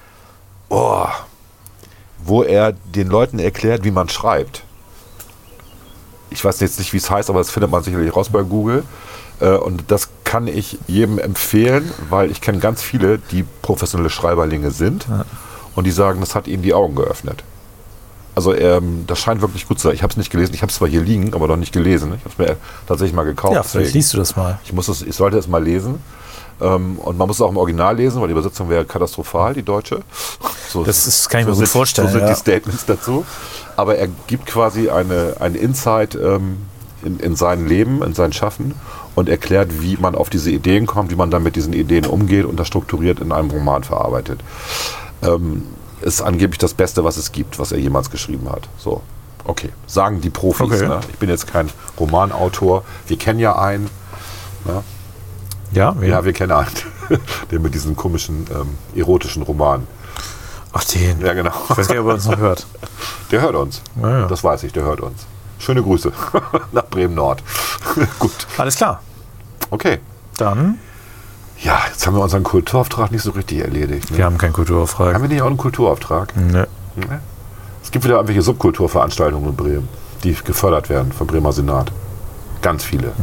wo er den Leuten erklärt, wie man schreibt. Ich weiß jetzt nicht, wie es heißt, aber das findet man sicherlich raus bei Google. Und das kann ich jedem empfehlen, weil ich kenne ganz viele, die professionelle Schreiberlinge sind und die sagen, das hat ihnen die Augen geöffnet. Also das scheint wirklich gut zu sein. Ich habe es nicht gelesen. Ich habe es zwar hier liegen, aber noch nicht gelesen. Ich habe es mir tatsächlich mal gekauft. Ja, vielleicht liest du das mal. Ich sollte es mal lesen. Und man muss es auch im Original lesen, weil die Übersetzung wäre katastrophal, die deutsche. Das kann ich mir gut vorstellen. So sind die Statements dazu. Aber er gibt quasi einen Insight in sein Leben, in sein Schaffen und erklärt, wie man auf diese Ideen kommt, wie man dann mit diesen Ideen umgeht und das strukturiert in einem Roman verarbeitet. Ist angeblich das Beste, was es gibt, was er jemals geschrieben hat. So, okay. Sagen die Profis. Okay. Ne? Ich bin jetzt kein Romanautor. Wir kennen ja einen. Ne? Ja, Ja, wir kennen einen. Den mit diesem komischen erotischen Roman. Ach, den. Ja, genau. Ich weiß gar nicht, ob er uns noch hört. Der hört uns. Ja. Das weiß ich, der hört uns. Schöne Grüße nach Bremen-Nord. Gut. Alles klar. Okay. Dann. Ja, jetzt haben wir unseren Kulturauftrag nicht so richtig erledigt. Ne? Wir haben keinen Kulturauftrag. Haben wir nicht auch einen Kulturauftrag? Ne. Ne? Es gibt wieder irgendwelche Subkulturveranstaltungen in Bremen, die gefördert werden vom Bremer Senat. Ganz viele.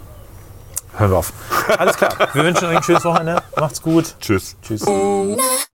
Hören wir auf. Alles klar. Wir wünschen euch ein schönes Wochenende. Macht's gut. Tschüss. Tschüss.